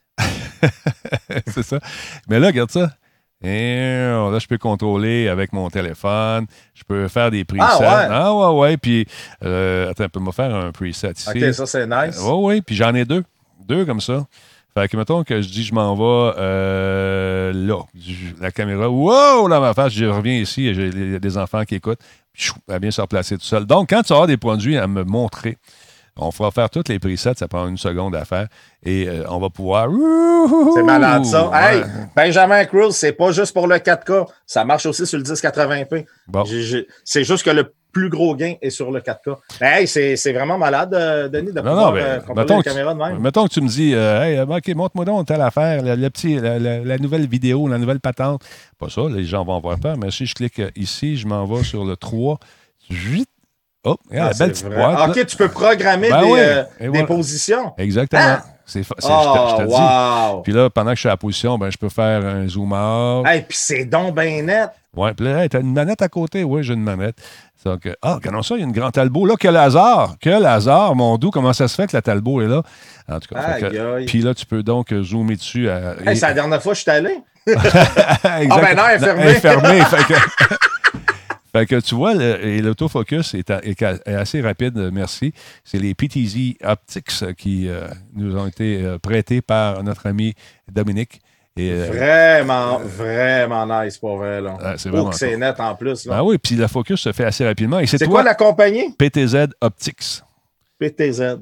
C'est ça. Mais là, regarde ça. Et là, je peux contrôler avec mon téléphone. Je peux faire des presets. Ah ouais? Ah ouais, ouais. Puis, euh, attends, peux me faire un preset ici. OK, ça, c'est nice. Oui, oui. Puis j'en ai deux. Deux comme ça. Fait que, mettons que je dis, je m'en vais euh, là. La caméra, wow, là, ma face, je reviens ici et j'ai des enfants qui écoutent. Puis, elle vient se replacer tout seul. Donc, quand tu auras des produits à me montrer, on fera faire tous les presets, ça prend une seconde à faire. Et euh, on va pouvoir... C'est malade, ça. Ouais. Hey, Benjamin Cruz, c'est pas juste pour le quatre K. Ça marche aussi sur le dix quatre-vingts p. Bon. J'ai, j'ai, c'est juste que le plus gros gain est sur le quatre K. Mais hey, c'est, c'est vraiment malade, euh, Denis, de Non, pouvoir non, mais, euh, contrôler mettons, la que caméra de tu, même. mettons que tu me dis, euh, hey, OK, montre-moi donc telle affaire, le, le petit, la, la, la nouvelle vidéo, la nouvelle patente. Pas ça, les gens vont avoir peur, mais si je clique ici, je m'en vais sur le trois. Vite. Oh, regarde, Ah, la belle c'est petite vrai. boîte. OK, tu peux programmer Ben des, ouais. euh, Et des voilà. positions. Exactement. Ah! C'est, fa- c'est, Oh, je te, je te dis. wow! Puis là, pendant que je suis à la position, ben, je peux faire un zoom out. Hey, puis c'est donc bien net. Ouais, puis là, hey, t'as une manette à côté? Oui, j'ai une manette. Donc, euh, ah, regardons ça, il y a une grande Talbot. Là, quel hasard! Quel hasard, mon doux, comment ça se fait que la Talbot est là? En tout cas, fait Aïe, que- aïe. puis là, tu peux donc zoomer dessus. À, Hey, et- c'est la dernière fois que je suis allé. Ah ben non, elle est fermée. Elle est fermée. fait, que, fait que tu vois, le, et l'autofocus est, à, est assez rapide, merci. C'est les P T Z Optics qui euh, nous ont été euh, prêtés par notre ami Dominique. Et, euh, vraiment, vraiment nice, pour vrai. Là. Ah, c'est oh, vraiment que c'est cool. net en plus. Là. Ah oui, puis le focus se fait assez rapidement. Et c'est, c'est toi, quoi la compagnie? P T Z Optics. P T Z.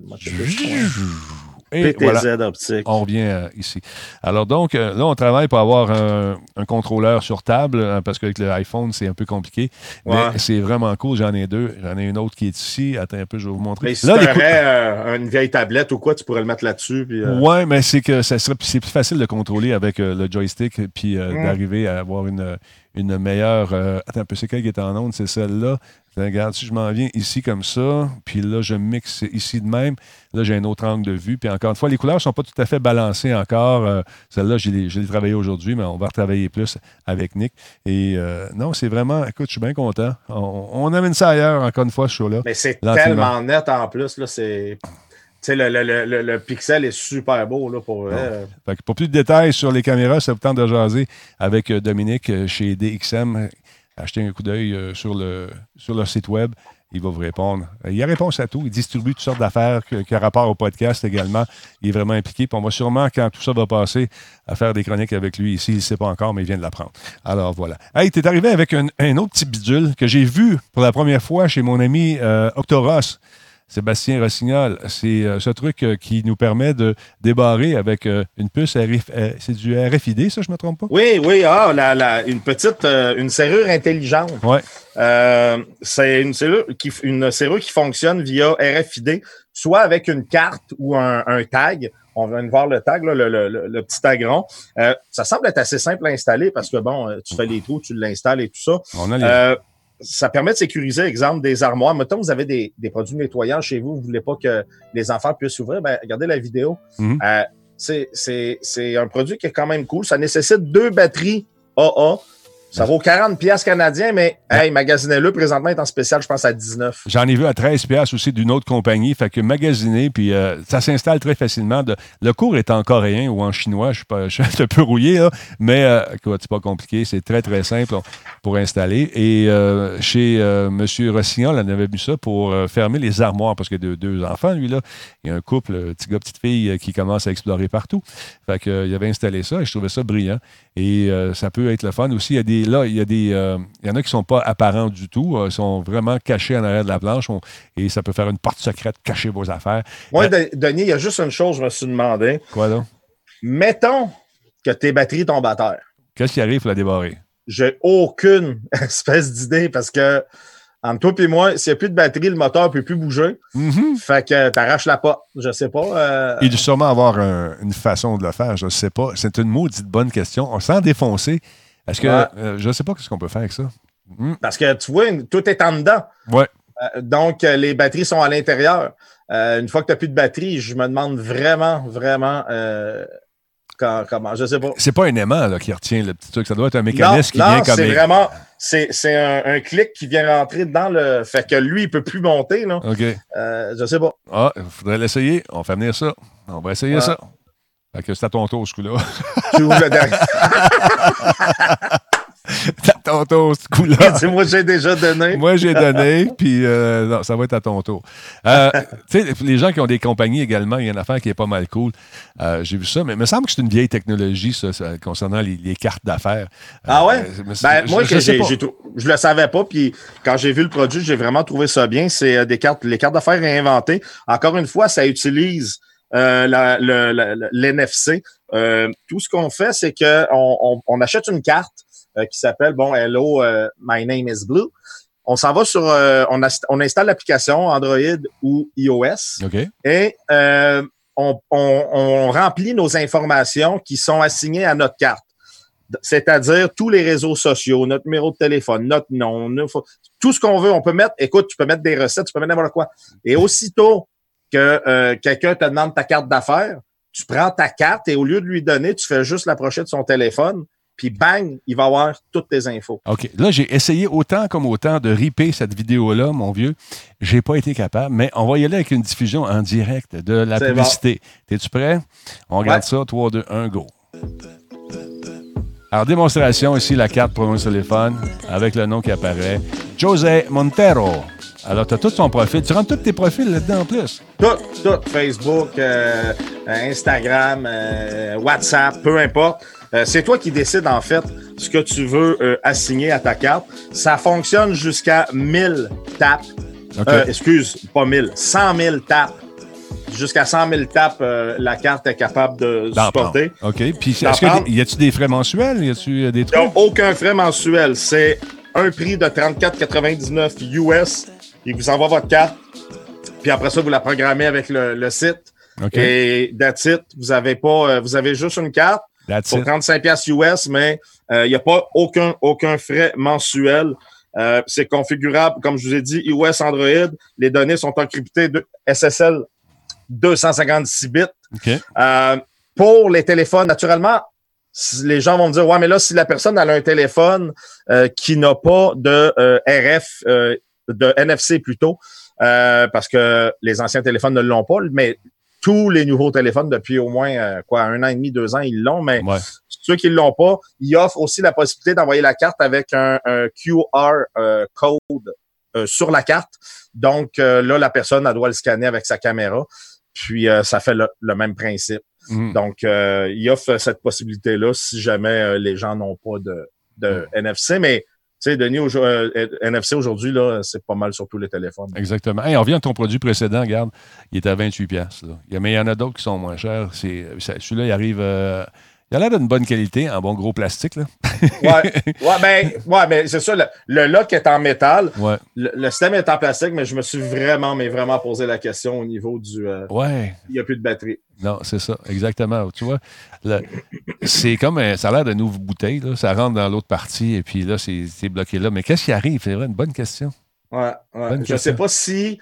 Et P T Z voilà, Optique. on revient euh, ici. Alors donc, euh, là, on travaille pour avoir un, un contrôleur sur table, hein, parce qu'avec l'iPhone, c'est un peu compliqué. Ouais. Mais c'est vraiment cool. J'en ai deux. J'en ai une autre qui est ici. Attends un peu, je vais vous montrer. Mais si là, tu les aurais euh, une vieille tablette ou quoi, tu pourrais le mettre là-dessus. Puis, euh... Oui, mais c'est que ça serait, c'est plus facile de contrôler avec euh, le joystick puis euh, mm. d'arriver à avoir une, une meilleure... Euh, attends un peu, c'est quelle qui est en onde? C'est celle-là. Regarde, si je m'en viens ici comme ça, puis là, je mixe ici de même. Là, j'ai un autre angle de vue. Puis encore une fois, les couleurs ne sont pas tout à fait balancées encore. Euh, celle-là, je l'ai, je l'ai travaillée aujourd'hui, mais on va retravailler plus avec Nick. Et euh, non, c'est vraiment... Écoute, je suis bien content. On, on amène ça ailleurs, encore une fois, ce show-là. Mais c'est tellement net en plus. Là, c'est... Tu sais, le, le, le, le pixel est super beau, là, pour vrai. Fait que pour plus de détails sur les caméras, ça vous tente de jaser avec Dominique chez D X M. Achetez un coup d'œil euh, sur, le, sur leur site web. Il va vous répondre. Il y a réponse à tout. Il distribue toutes sortes d'affaires qui ont rapport au podcast également. Il est vraiment impliqué. Puis on va sûrement, quand tout ça va passer, à faire des chroniques avec lui ici. Il ne sait pas encore, mais il vient de l'apprendre. Alors voilà. Hey, tu es arrivé avec un, un autre petit bidule que j'ai vu pour la première fois chez mon ami euh, Octoros. Sébastien Rossignol, c'est euh, ce truc euh, qui nous permet de débarrer avec euh, une puce R F, euh, c'est du R F I D, ça, je ne me trompe pas? Oui, oui, ah, la, la, une petite, euh, une serrure intelligente. Ouais. Euh, c'est une serrure, qui, une serrure qui fonctionne via R F I D, soit avec une carte ou un, un tag. On vient de voir le tag, là, le, le, le, le petit tag rond. Euh, ça semble être assez simple à installer parce que, bon, tu fais les trous, tu l'installes et tout ça. On a les... Euh, ça permet de sécuriser, exemple, des armoires. Mettons, vous avez des, des produits nettoyants chez vous, vous voulez pas que les enfants puissent ouvrir, ben, regardez la vidéo. Mm-hmm. Euh, c'est, c'est, c'est un produit qui est quand même cool. Ça nécessite deux batteries A A. Ça vaut quarante piastres canadiens, mais hey, magasinez-le. Présentement, il est en spécial, je pense, à dix-neuf. J'en ai vu à treize piastres aussi d'une autre compagnie. Fait que magasinez, puis euh, ça s'installe très facilement. De... Le cours est en coréen ou en chinois. Je suis, pas, je suis un peu rouillé, là. Mais euh, écoute, c'est pas compliqué. C'est très, très simple pour installer. Et euh, chez euh, M. Rossignol, on avait vu ça pour euh, fermer les armoires parce qu'il y a deux, deux enfants, lui, là. Il y a un couple, petit gars, petite fille, qui commence à explorer partout. Fait que, euh, il avait installé ça et je trouvais ça brillant. Et euh, ça peut être le fun aussi. Il y a des Là, il y a des, euh, il y en a qui ne sont pas apparents du tout. Ils euh, sont vraiment cachés en arrière de la planche. On, et ça peut faire une porte secrète, cacher vos affaires. Moi, euh, Denis, il y a juste une chose, je me suis demandé. Quoi donc? Mettons que tes batteries tombent à terre. Qu'est-ce qui arrive pour la débarrer? J'ai aucune espèce d'idée parce que, entre toi et moi, s'il n'y a plus de batterie, le moteur ne peut plus bouger. Mm-hmm. Fait que tu arraches la porte. Je ne sais pas. Euh... Il doit sûrement avoir un, une façon de le faire. Je ne sais pas. C'est une maudite bonne question. On s'en défoncer. Est-ce que, ouais. euh, je ne sais pas ce qu'on peut faire avec ça. Mm. Parce que, tu vois, tout est en dedans. Ouais. Euh, donc, euh, les batteries sont à l'intérieur. Euh, une fois que tu n'as plus de batterie, je me demande vraiment, vraiment euh, quand, comment. Je ne sais pas. C'est pas un aimant là, qui retient le petit truc. Ça doit être un mécanisme non, qui non, vient comme... c'est vraiment... C'est, c'est un, un clic qui vient rentrer dans le... Fait que lui, il ne peut plus monter. Là. OK. Euh, je sais pas. Ah, il faudrait l'essayer. On fait venir ça. On va essayer ouais. ça. Fait que c'est à ton tour, ce coup-là. Tu ouvres le derrière. C'est à ton tour, ce coup-là. Moi, j'ai déjà donné. Moi, j'ai donné, puis euh, non, ça va être à ton tour. Euh, tu sais, les gens qui ont des compagnies également, il y a une affaire qui est pas mal cool. Euh, j'ai vu ça, mais il me semble que c'est une vieille technologie, ça, ça concernant les, les cartes d'affaires. Ah ouais? Euh, ben, je, moi, je, que je, j'ai, j'ai, je le savais pas, puis quand j'ai vu le produit, j'ai vraiment trouvé ça bien. C'est des cartes, les cartes d'affaires réinventées. Encore une fois, ça utilise Euh, la, le, la, l'N F C. Euh, tout ce qu'on fait, c'est qu'on on, on achète une carte euh, qui s'appelle, bon, Hello, uh, my name is Blue. On s'en va sur, euh, on, a, on installe l'application Android ou iOS. Okay. Et euh, on, on, on remplit nos informations qui sont assignées à notre carte. C'est-à-dire tous les réseaux sociaux, notre numéro de téléphone, notre nom, notre, tout ce qu'on veut. On peut mettre, écoute, tu peux mettre des recettes, tu peux mettre n'importe quoi. Et aussitôt que euh, quelqu'un te demande ta carte d'affaires, tu prends ta carte et au lieu de lui donner, tu fais juste l'approcher de son téléphone, puis bang, il va avoir toutes tes infos. OK. Là, j'ai essayé autant comme autant de ripper cette vidéo-là, mon vieux. J'ai pas été capable, mais on va y aller avec une diffusion en direct de la C'est publicité. Bon. T'es-tu prêt? On regarde ouais. ça. trois, deux, un, go. Alors, démonstration ici, la carte pour mon téléphone, avec le nom qui apparaît. José Montero. Alors, tu as tout son profil. Tu rentres tous tes profils là-dedans en plus. Tout, tout. Facebook, euh, Instagram, euh, WhatsApp, peu importe. Euh, c'est toi qui décides, en fait, ce que tu veux euh, assigner à ta carte. Ça fonctionne jusqu'à mille tapes. Okay. Euh, excuse, pas mille, cent mille tapes. Jusqu'à cent mille tapes, euh, la carte est capable de D'en supporter. Prendre. OK. Puis, est-ce que y a-tu des frais mensuels? Y a-tu des trucs? Il n'y a aucun frais mensuel. C'est un prix de trente-quatre quatre-vingt-dix-neuf U S. Il vous envoie votre carte. Puis après ça, vous la programmez avec le, le site. Okay. Et that's it. Vous avez pas, euh, vous avez juste une carte that's pour it. trente-cinq piastres U S, mais il euh, n'y a pas aucun, aucun frais mensuel. Euh, c'est configurable, comme je vous ai dit, iOS, Android. Les données sont encryptées de S S L deux cent cinquante-six bits. Okay. Euh, pour les téléphones, naturellement, les gens vont me dire, ouais, mais là, si la personne a un téléphone euh, qui n'a pas de euh, R F, euh, de N F C plutôt, euh, parce que les anciens téléphones ne l'ont pas, mais tous les nouveaux téléphones depuis au moins euh, quoi un an et demi, deux ans, ils l'ont, mais ouais. Ceux qui ne l'ont pas, ils offrent aussi la possibilité d'envoyer la carte avec un, un Q R euh, code euh, sur la carte. Donc euh, là, la personne, elle doit le scanner avec sa caméra. Puis, euh, ça fait le, le même principe. Mmh. Donc, euh, il offre cette possibilité-là si jamais euh, les gens n'ont pas de, de mmh. N F C. Mais, tu sais, Denis, euh, N F C aujourd'hui, là, c'est pas mal sur tous les téléphones. Exactement. Hey, on revient à ton produit précédent, regarde, il est à vingt-huit piastres. Là. Mais il y en a d'autres qui sont moins chers. C'est, celui-là, il arrive... Euh, il a l'air d'une bonne qualité, en bon gros plastique, là. ouais, ouais, ben, ouais, ben, c'est ça. Le, le lock est en métal. Ouais. Le, le système est en plastique, mais je me suis vraiment, mais vraiment posé la question au niveau du. Euh, ouais. Il n'y a plus de batterie. Non, c'est ça, exactement. Tu vois, le, c'est comme un, ça a l'air d'une ouvre bouteille, là. Ça rentre dans l'autre partie, et puis là, c'est, c'est bloqué là. Mais qu'est-ce qui arrive? C'est vrai, une bonne question. Ouais, ouais. Bonne je ne sais pas si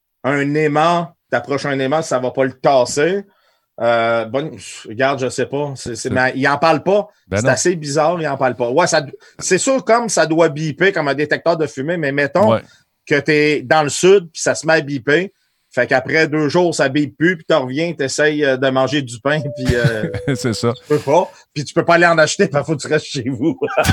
un aimant, t'approches un aimant, ça ne va pas le casser. Euh, bon, regarde, je sais pas. C'est, c'est, mais il en parle pas. Ben c'est non. assez bizarre, il en parle pas. Ouais, ça, c'est sûr comme ça doit biper comme un détecteur de fumée, mais mettons ouais. que tu es dans le sud puis ça se met à biper. Fait qu'après deux jours, ça bipe plus, puis tu reviens, tu essayes de manger du pain, puis euh, c'est ça. Tu peux pas. Puis tu peux pas aller en acheter, parce qu'il faut que tu restes chez vous.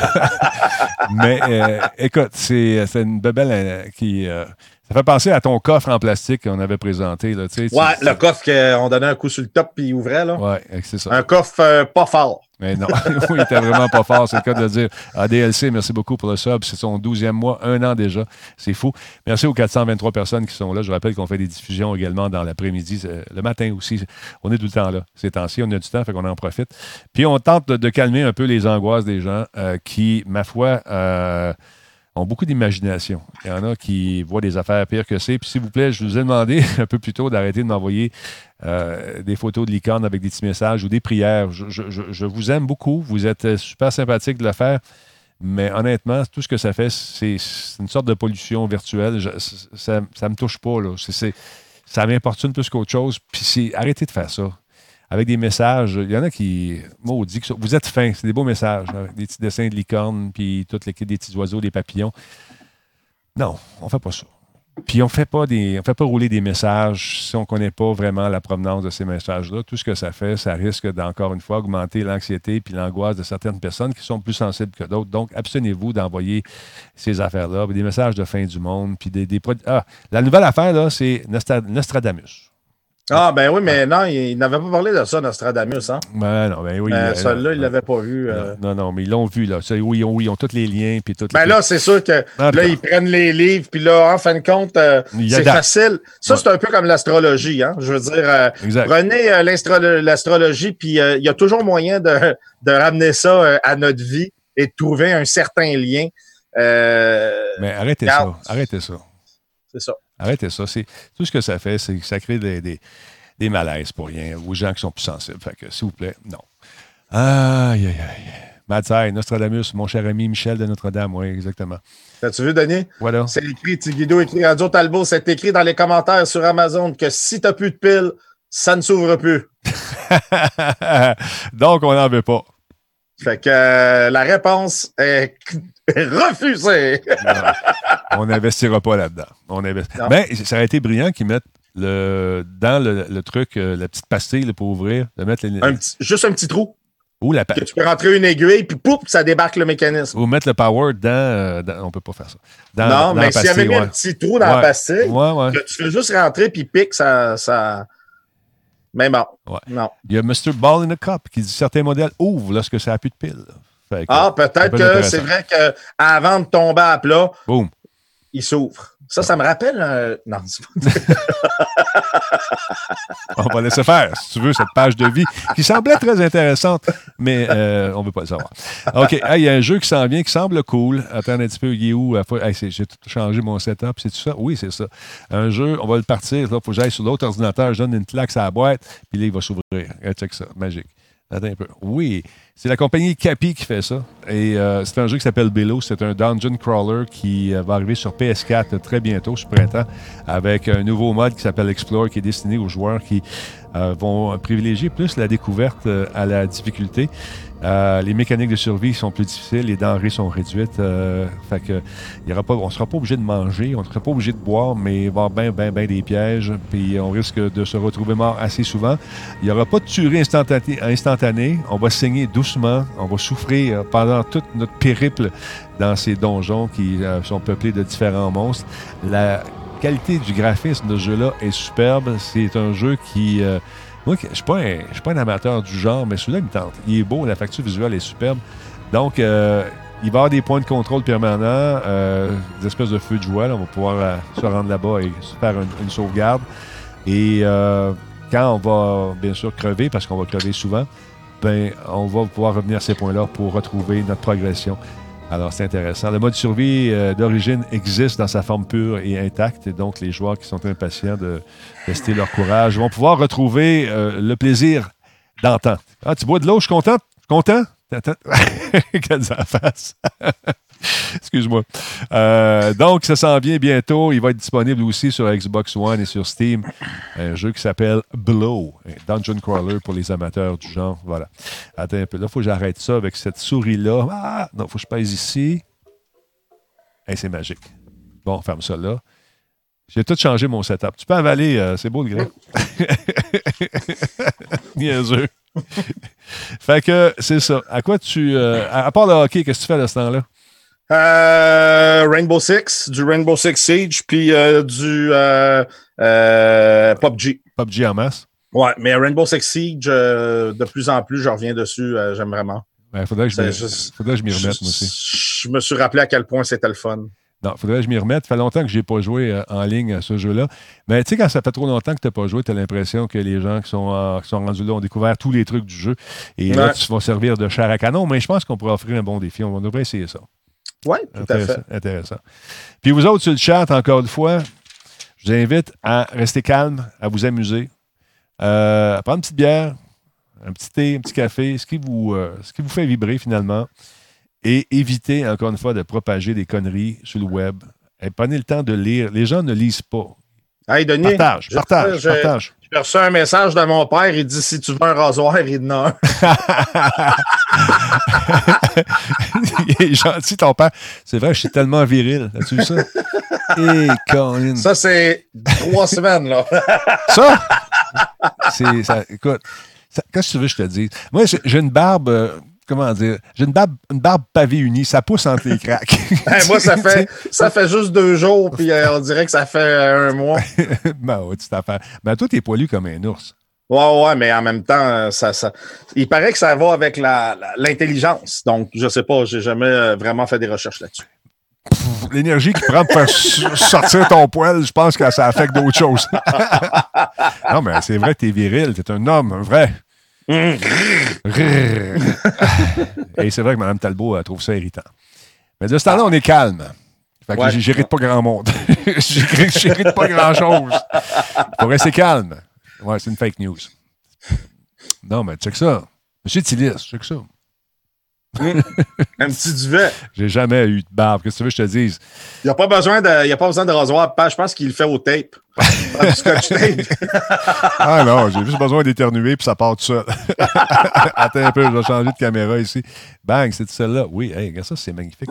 mais euh, écoute, c'est, c'est une bebelle euh, qui... Euh, ça fait penser à ton coffre en plastique qu'on avait présenté. Là, tu sais, ouais, tu, le coffre qu'on donnait un coup sur le top puis il ouvrait. Là. Ouais, c'est ça. Un coffre euh, pas fort. Mais non, il était vraiment pas fort. C'est le cas de le dire. A D L C, merci beaucoup pour le sub. C'est son douzième mois, un an déjà. C'est fou. Merci aux quatre cent vingt-trois personnes qui sont là. Je rappelle qu'on fait des diffusions également dans l'après-midi, le matin aussi. On est tout le temps là. Ces temps-ci, on a du temps, fait qu'on en profite. Puis on tente de, de calmer un peu les angoisses des gens euh, qui, ma foi... Euh, ont beaucoup d'imagination. Il y en a qui voient des affaires pires que c'est. Puis s'il vous plaît, je vous ai demandé un peu plus tôt d'arrêter de m'envoyer euh, des photos de licorne avec des petits messages ou des prières. Je, je, je vous aime beaucoup. Vous êtes super sympathique de le faire. Mais honnêtement, tout ce que ça fait, c'est, c'est une sorte de pollution virtuelle. Je, ça ne me touche pas. Là. C'est, c'est, ça m'importune plus qu'autre chose. Puis c'est, arrêtez de faire ça. Avec des messages, il y en a qui, maudit, que ça, vous êtes fins, c'est des beaux messages, avec des petits dessins de licorne, puis toutes les des petits oiseaux, des papillons. Non, on ne fait pas ça. Puis on fait pas des, on fait pas rouler des messages si on ne connaît pas vraiment la provenance de ces messages-là. Tout ce que ça fait, ça risque d'encore une fois augmenter l'anxiété puis l'angoisse de certaines personnes qui sont plus sensibles que d'autres. Donc, abstenez-vous d'envoyer ces affaires-là, des messages de fin du monde, puis des, des ah, la nouvelle affaire, là, c'est Nostradamus. Ah, ben oui, mais non, il n'avait pas parlé de ça, Nostradamus, hein? Ben non, ben oui. Euh, Celui-là, il ne l'avait pas vu. Euh... Non, non, mais ils l'ont vu, là. Ça, oui, ils ont, oui, ils ont tous les liens, puis toutes Ben les... là, c'est sûr que ah, là, ils prennent les livres, puis là, en fin de compte, euh, c'est da... facile. Ça, ouais. C'est un peu comme l'astrologie, hein? Je veux dire, euh, prenez euh, l'astro- l'astrologie, puis euh, il y a toujours moyen de, de ramener ça euh, à notre vie et de trouver un certain lien. Euh... Mais arrêtez Regarde. ça, arrêtez ça. C'est ça. Arrêtez ça. C'est, tout ce que ça fait, c'est que ça crée des, des, des malaises pour rien aux gens qui sont plus sensibles. Fait que, s'il vous plaît, non. Aïe, aïe, aïe. Madsai, Nostradamus, mon cher ami Michel de Notre-Dame. Oui, exactement. T'as-tu vu, Denis? Voilà. C'est écrit, Tiguido écrit, Radio Talbot, c'est écrit dans les commentaires sur Amazon que si t'as plus de piles, ça ne s'ouvre plus. Donc, on n'en veut pas. Fait que euh, la réponse est refusée. On n'investira pas là-dedans. On investi... Mais ça aurait été brillant qu'ils mettent le, dans le, le truc, euh, la petite pastille là, pour ouvrir, de mettre les... un petit, juste un petit trou. Ou la pa- que tu peux rentrer une aiguille, puis pouf, ça débarque le mécanisme. Ou mettre le power dans, euh, dans- on peut pas faire ça. Dans, non, dans mais la s'il y avait pastille, mis ouais. un petit trou dans Ouais. la pastille, Ouais, ouais. que tu fais juste rentrer, puis pique, ça, ça... Mais bon, Ouais. non. Il y a mister Ball in a Cup qui dit certains modèles ouvrent lorsque ça n'a plus de piles. Fait que, Ah, peut-être ça peut être que intéressant. c'est vrai qu'avant de tomber à plat, Boum. il s'ouvre. Ça, ça me rappelle... un- Non, c'est pas... On va laisser faire, si tu veux, cette page de vie qui semblait très intéressante, mais euh, on ne veut pas le savoir. OK. Hey, il y a un jeu qui s'en vient, qui semble cool. Attends un petit peu, il est où? Hey, c'est- j'ai tout changé mon setup. C'est tout ça? Oui, c'est ça. Un jeu, on va le partir. Il faut que j'aille sur l'autre ordinateur, je donne une claque à la boîte, puis là, il va s'ouvrir. Hey, check ça. Magique. Attends un peu. Oui, c'est la compagnie Capi qui fait ça. Et euh, c'est un jeu qui s'appelle Below. C'est un dungeon crawler qui euh, va arriver sur P S quatre très bientôt, ce printemps, avec un nouveau mode qui s'appelle Explore, qui est destiné aux joueurs qui euh, vont privilégier plus la découverte euh, à la difficulté. Euh, les mécaniques de survie sont plus difficiles, les denrées sont réduites. Euh, fait que il y aura pas, on ne sera pas obligé de manger, on ne sera pas obligé de boire, mais il va y avoir bien, bien, bien des pièges. Puis on risque de se retrouver mort assez souvent. Il n'y aura pas de tuerie instantanée, instantanée. On va saigner doucement, on va souffrir pendant tout notre périple dans ces donjons qui euh, sont peuplés de différents monstres. La qualité du graphisme de ce jeu-là est superbe. C'est un jeu qui... Euh, Moi, je ne suis pas un, je suis pas un amateur du genre, mais celui-là, il me tente. Il est beau, la facture visuelle est superbe. Donc, euh, il va y avoir des points de contrôle permanents, euh, des espèces de feux de joie. Là, on va pouvoir euh, se rendre là-bas et se faire une, une sauvegarde. Et euh, quand on va, bien sûr, crever, parce qu'on va crever souvent, ben, on va pouvoir revenir à ces points-là pour retrouver notre progression. Alors, c'est intéressant. Le mode survie euh, d'origine existe dans sa forme pure et intacte. Et donc, les joueurs qui sont impatients de tester leur courage vont pouvoir retrouver euh, le plaisir d'antan. Ah, tu bois de l'eau, je suis content? Je suis content? Attends. Quelle face. Excuse-moi. Euh, donc, ça s'en vient bientôt. Il va être disponible aussi sur Xbox One et sur Steam. Un jeu qui s'appelle Blow, un dungeon crawler pour les amateurs du genre. Voilà. Attends un peu. Là, il faut que j'arrête ça avec cette souris-là. Ah! Non, il faut que je pèse ici. Hey, c'est magique. Bon, ferme ça là. J'ai tout changé mon setup. Tu peux avaler, euh, c'est beau le grain. Niaiseux. Fait que c'est ça. À quoi tu. Euh, à, à part le hockey, qu'est-ce que tu fais à ce temps-là? Euh, Rainbow Six, du Rainbow Six Siege, puis euh, du euh, euh, P U B G. P U B G en masse? Ouais, mais Rainbow Six Siege, euh, de plus en plus, je reviens dessus, euh, j'aime vraiment. Il ben, faudrait, faudrait que je m'y remette, je, moi aussi. Je me suis rappelé à quel point c'était le fun. Non, il faudrait que je m'y remette. Ça fait longtemps que je n'ai pas joué euh, en ligne à ce jeu-là. Mais tu sais, quand ça fait trop longtemps que tu n'as pas joué, tu as l'impression que les gens qui sont, euh, qui sont rendus là ont découvert tous les trucs du jeu. Et ouais. Là, tu vas servir de chair à canon. Mais je pense qu'on pourrait offrir un bon défi. On devrait essayer ça. Oui, tout intéressant, à fait. Intéressant. Puis vous autres sur le chat, encore une fois, je vous invite à rester calme, à vous amuser, euh, à prendre une petite bière, un petit thé, un petit café, ce qui vous, euh, ce qui vous fait vibrer finalement. Et évitez, encore une fois, de propager des conneries sur le web. Et prenez le temps de lire. Les gens ne lisent pas. Hey, Denis. Partage, partage, j'ai, partage. J'ai reçu un message de mon père. Il dit, si tu veux un rasoir, il en a un. Il est gentil, ton père. C'est vrai, je suis tellement viril. As-tu vu ça? Et Colin. Ça, c'est trois semaines, là. Ça? C'est, ça écoute, ça, qu'est-ce que tu veux que je te dise? Moi, j'ai, j'ai une barbe... Euh, Comment dire? J'ai une barbe, une barbe pavée unie. Ça pousse entre les craques. Hey, moi, ça fait, ça fait juste deux jours, puis euh, on dirait que ça fait euh, un mois. Ben oui, tu t'affaires. Ben toi, t'es poilu comme un ours. Ouais, ouais, mais en même temps, ça, ça, il paraît que ça va avec la, la, l'intelligence. Donc, je sais pas, j'ai jamais vraiment fait des recherches là-dessus. Pff, l'énergie qu'il prend pour faire sortir ton poil, je pense que ça affecte d'autres choses. Non, mais c'est vrai que t'es viril. T'es un homme, un vrai. Et c'est vrai que Mme Talbot elle trouve ça irritant. Mais de ce temps-là, on est calme. Fait que ouais. j'hérite pas grand monde. j'hérite pas grand-chose. Il faut rester calme. Ouais, c'est une fake news. Non, mais check ça. Monsieur Tillis, check ça. Mmh. Un petit duvet. J'ai jamais eu de barbe. Qu'est-ce que tu veux que je te dise? Il n'y a pas besoin de, il y a pas besoin de rasoir. Je pense qu'il le fait au tape. Du scotch tape. Ah non, j'ai juste besoin d'éternuer puis ça part tout seul. Attends un peu, je vais changer de caméra ici. Bang, c'est celle-là. Oui, hey, regarde ça, c'est magnifique.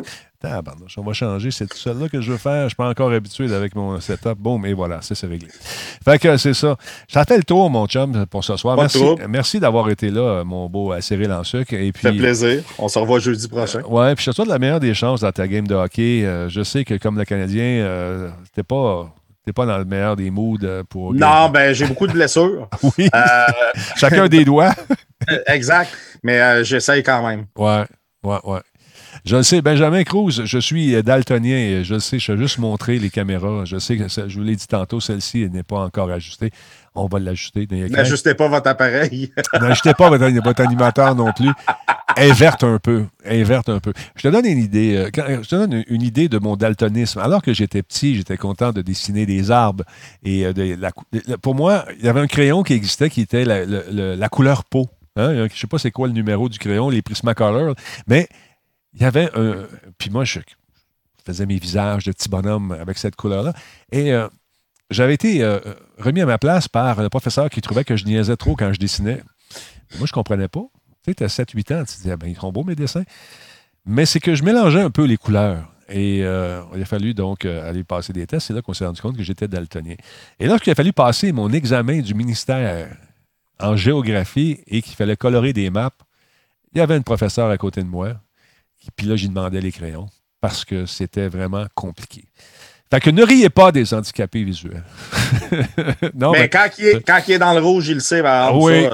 Ah, pardon, on va changer. C'est tout celle-là que je veux faire. Je suis pas encore habitué avec mon setup. Boum, et voilà, ça, c'est réglé. Fait que c'est ça. Ça fait le tour, mon chum, pour ce soir. Pas Merci, trop. merci d'avoir été là, mon beau Cyril en sucre. Et puis, Ça fait plaisir. On se revoit jeudi prochain. Euh, ouais, puis je te souhaite la meilleure des chances dans ta game de hockey. Euh, je sais que comme le Canadien, euh, t'es pas... T'es pas dans le meilleur des moods pour... Non, ben j'ai beaucoup de blessures. Oui. Euh... Chacun des doigts. Exact. Mais euh, j'essaye quand même. Ouais, ouais, ouais. Je le sais, Benjamin Cruz, je suis daltonien. Je le sais, je vais juste montrer les caméras. Je sais que ça, je vous l'ai dit tantôt, celle-ci n'est pas encore ajustée. On va l'ajuster. N'ajustez pas votre appareil. N'ajustez pas votre, votre animateur non plus. Inverte un peu. Inverte un peu. Je te donne une idée. Je te donne une idée de mon daltonisme. Alors que j'étais petit, j'étais content de dessiner des arbres. Et de la, pour moi, il y avait un crayon qui existait qui était la, la, la couleur peau. Hein? Je ne sais pas c'est quoi le numéro du crayon, les Prismacolor. Mais il y avait un... Puis moi, je faisais mes visages de petits bonhommes avec cette couleur-là. Et... Euh, J'avais été euh, remis à ma place par le professeur qui trouvait que je niaisais trop quand je dessinais. Moi, je comprenais pas. Tu sais, tu as sept huit ans, tu te dis, ah ben, ils sont beaux mes dessins. Mais c'est que je mélangeais un peu les couleurs. Et euh, il a fallu donc euh, aller passer des tests. C'est là qu'on s'est rendu compte que j'étais daltonien. Et lorsqu'il a fallu passer mon examen du ministère en géographie et qu'il fallait colorer des maps, il y avait une professeure à côté de moi. Puis là, j'y demandais les crayons parce que c'était vraiment compliqué. Fait que ne riez pas des handicapés visuels. non, mais mais quand, il est, quand il est dans le rouge, il le sait. Ben, oui.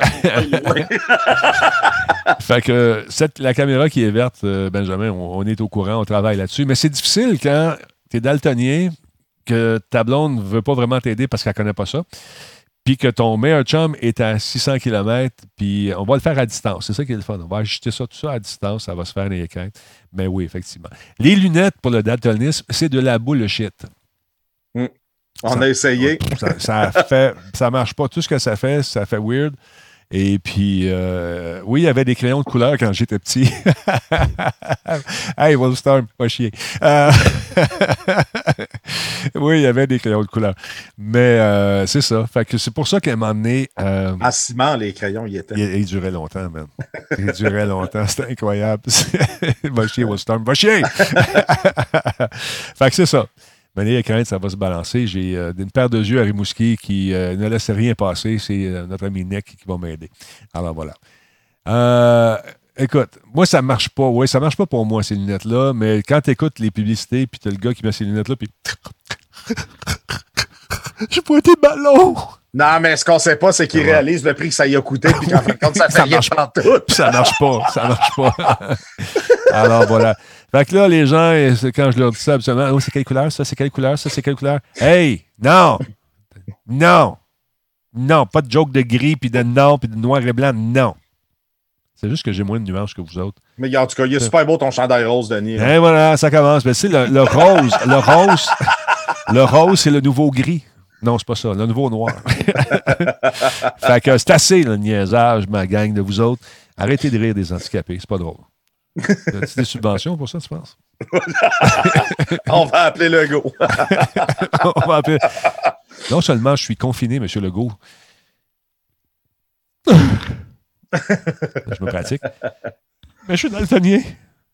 Ça, fait que cette, la caméra qui est verte, euh, Benjamin, on, on est au courant, on travaille là-dessus. Mais c'est difficile quand tu es daltonien, que ta blonde ne veut pas vraiment t'aider parce qu'elle ne connaît pas ça, puis que ton meilleur chum est à six cents kilomètres, puis on va le faire à distance. C'est ça qui est le fun. On va ajuster ça, tout ça à distance, ça va se faire les écrans. Mais oui, effectivement. Les lunettes pour le daltonisme, c'est de la bullshit. Mm. On ça, a essayé. Ça, ça fait, ça marche pas. Tout ce que ça fait, ça fait weird. Et puis, euh, oui, il y avait des crayons de couleur quand j'étais petit. Hey, Wolfstorm, pas chier. Euh, oui, il y avait des crayons de couleur. Mais euh, c'est ça. Fait que c'est pour ça qu'à un moment donné... Euh, en ciment, les crayons, ils étaient. Il, il durait longtemps, man. Il durait longtemps. C'était incroyable. Va chier, Wolfstorm. Va chier! Fait que c'est ça. Mais les craintes, ça va se balancer. J'ai euh, une paire de yeux à Rimouski qui euh, ne laisse rien passer. C'est euh, notre ami Nick qui va m'aider. Alors voilà. Euh, écoute, moi, ça marche pas. Oui, ça marche pas pour moi, ces lunettes-là. Mais quand tu écoutes les publicités, puis tu as le gars qui met ces lunettes-là, puis. J'ai pointé le ballon! Non, mais ce qu'on sait pas, c'est qu'il ouais. réalise le prix que ça y a coûté, puis qu'en fin de compte, ça fait rien partout. Ça marche pas. Ça marche pas. Alors voilà. Fait que là, les gens, quand je leur dis ça, absolument, oh, c'est quelle couleur, ça, c'est quelle couleur, ça, c'est quelle couleur? Hey! Non! Non! Non, pas de joke de gris, puis de noir, puis de noir et blanc, non. C'est juste que j'ai moins de nuances que vous autres. Mais en tout cas, il est super beau ton chandail rose, Denis. Et voilà, ça commence. Mais tu sais, le, le rose, le rose, le rose, c'est le nouveau gris. Non, c'est pas ça, le nouveau noir. Fait que c'est assez, le niaisage, ma gang de vous autres. Arrêtez de rire des handicapés, c'est pas drôle. As-tu des subventions pour ça, tu penses? On va appeler Legault. On va appeler... Non seulement je suis confiné, M. Legault. Je me pratique. Mais je suis daltonien.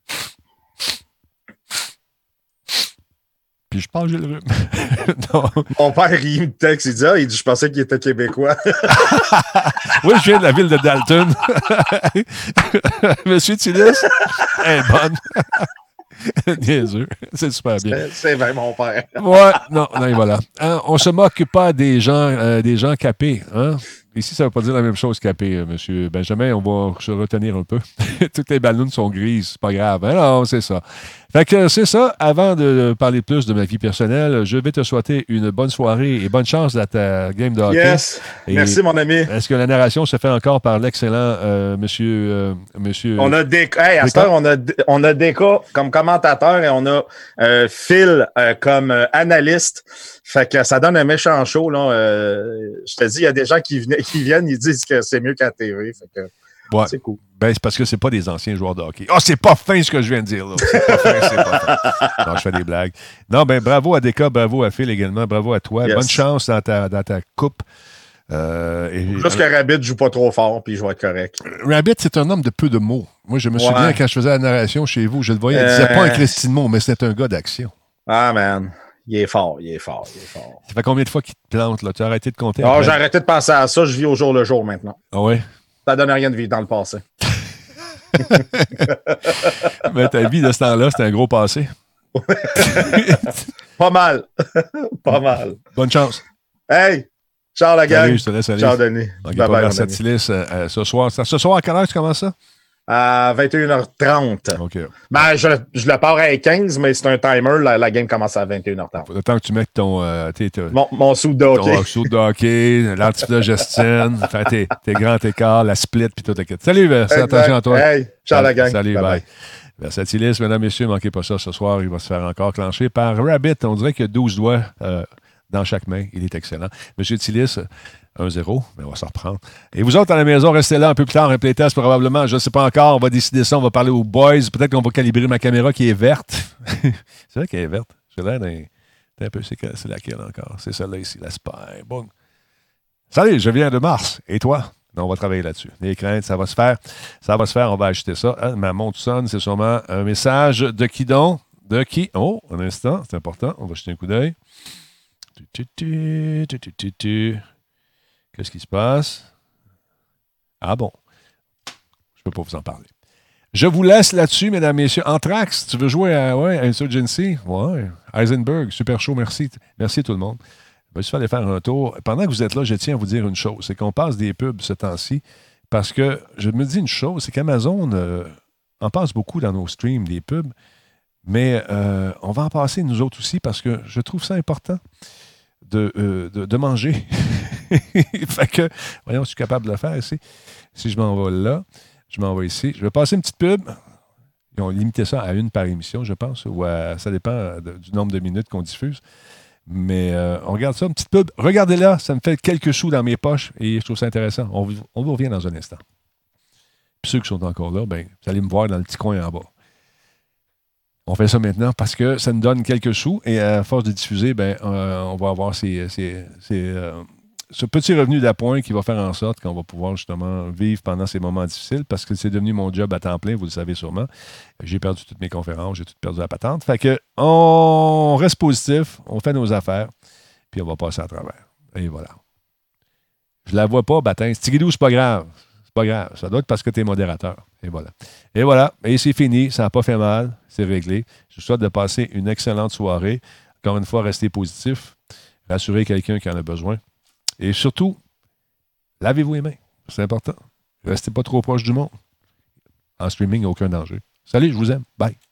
Puis je parle, j'ai le rhume. Mon père, il me texte, il dit, ah, il dit, je pensais qu'il était québécois. Oui, je viens de la ville de Dalton. Monsieur Tillis, elle est bonne. Niaiseux. C'est super bien. C'est, c'est vrai, mon père. Ouais, non, non, voilà. Hein, on se moque pas des gens, euh, des gens capés, hein? Ici, ça ne veut pas dire la même chose capé, euh, M. Benjamin. On va se retenir un peu. Toutes les ballons sont grises, c'est pas grave. Hein? Non, c'est ça. Fait que c'est ça. Avant de parler plus de ma vie personnelle, je vais te souhaiter une bonne soirée et bonne chance dans ta game de hockey. Yes. Et merci, mon ami. Est-ce que la narration se fait encore par l'excellent euh, monsieur, euh, monsieur... On a des hey, à cette heure, on a, on a Deka comme commentateur et on a euh, Phil euh, comme euh, analyste. Fait que ça donne un méchant show, là. Euh, je te dis, il y a des gens qui, venaient, qui viennent, ils disent que c'est mieux qu'à la T V. Fait que ouais. C'est cool. Ben, c'est parce que c'est pas des anciens joueurs de hockey. Ah, oh, c'est pas fin ce que je viens de dire, là. C'est pas fin, c'est pas fin. Non, je fais des blagues. Non, ben, bravo à Deka, bravo à Phil également, bravo à toi. Yes. Bonne chance dans ta, dans ta coupe. Euh, et, Juste que Rabbit joue pas trop fort, puis je vais être correct. Rabbit, c'est un homme de peu de mots. Moi, je me souviens, ouais. quand je faisais la narration chez vous, je le voyais, il ne disait euh... pas un Christine mot, mais c'était un gars d'action. Ah, man. Il est fort, il est fort, il est fort. Ça fait combien de fois qu'il te plante, là? Tu as arrêté de compter? Non, j'ai arrêté de penser à ça. Je vis au jour le jour maintenant. Ah ouais? Ça donne rien de vivre dans le passé. Mais ta vie de ce temps-là, c'était un gros passé. Pas mal. Pas mal. Bonne chance. Hey! Ciao la gang. Salut, je te laisse aller. Ciao Denis. Okay, bye bye. Versatilis, euh, euh, ce soir. Ce soir, à quelle heure tu commences ça? À vingt et une heures trente. OK. Ben, je, je le pars à quinze, mais c'est un timer. La, la game commence à vingt et une heures trente. Le temps que tu mettes ton... Euh, t'es, t'es, mon mon soude de hockey. Ton soude de hockey, l'antiflogestine, tes, tes grands écarts, la split, puis tout. Salut, Vers, attention à toi. Hey, ciao la gang. Salut, bye. bye. bye. Versatilis, mesdames, messieurs, manquez pas ça ce soir. Il va se faire encore clencher par Rabbit. On dirait qu'il y a douze doigts euh, dans chaque main. Il est excellent. Monsieur Tillis, un zéro, mais on va s'en reprendre. Et vous autres à la maison, restez là un peu plus tard, un playtest probablement. Je ne sais pas encore. On va décider ça. On va parler aux boys. Peut-être qu'on va calibrer ma caméra qui est verte. C'est vrai qu'elle est verte. J'ai l'air d'un... un peu, c'est, c'est laquelle encore? C'est celle-là ici, la Spy. Bon. Salut, je viens de Mars. Et toi? On va travailler là-dessus. Les craintes, ça va se faire. Ça va se faire, on va acheter ça. Hein, ma montre sonne, c'est sûrement un message de qui donc? De qui? Oh, un instant, c'est important. On va jeter un coup d'œil. Tu, tu, tu, tu, tu, tu. Qu'est-ce qui se passe? Ah bon. Je ne peux pas vous en parler. Je vous laisse là-dessus, mesdames, messieurs. Anthrax, tu veux jouer à ouais, Insurgency? Ouais. Heisenberg, super chaud, merci. Merci tout le monde. Je vais juste aller faire un tour. Pendant que vous êtes là, je tiens à vous dire une chose. C'est qu'on passe des pubs ce temps-ci parce que je me dis une chose, c'est qu'Amazon euh, en passe beaucoup dans nos streams, des pubs, mais euh, on va en passer nous autres aussi parce que je trouve ça important de, euh, de, de manger. Fait que, voyons, je suis capable de le faire ici. Si je m'en vais là, je m'en vais ici. Je vais passer une petite pub. Ils ont limité ça à une par émission, je pense, ou à, ça dépend de, du nombre de minutes qu'on diffuse. Mais euh, on regarde ça, une petite pub. Regardez-la, ça me fait quelques sous dans mes poches et je trouve ça intéressant. On, on vous revient dans un instant. Puis ceux qui sont encore là, ben, vous allez me voir dans le petit coin en bas. On fait ça maintenant parce que ça nous donne quelques sous et à force de diffuser, ben, euh, on va avoir ces, ces, ces, euh, ce petit revenu d'appoint qui va faire en sorte qu'on va pouvoir justement vivre pendant ces moments difficiles parce que c'est devenu mon job à temps plein, vous le savez sûrement. J'ai perdu toutes mes conférences, j'ai tout perdu la patente. Fait que on reste positif, on fait nos affaires, puis on va passer à travers. Et voilà. Je la vois pas, Baptiste. Tigidou, c'est pas grave. C'est pas grave. Ça doit être parce que tu es modérateur. Et voilà. Et voilà. Et c'est fini. Ça n'a pas fait mal. C'est réglé. Je vous souhaite de passer une excellente soirée. Encore une fois, restez positif. Rassurez quelqu'un qui en a besoin. Et surtout, lavez-vous les mains. C'est important. Restez pas trop proche du monde. En streaming, il n'y a aucun danger. Salut, je vous aime. Bye.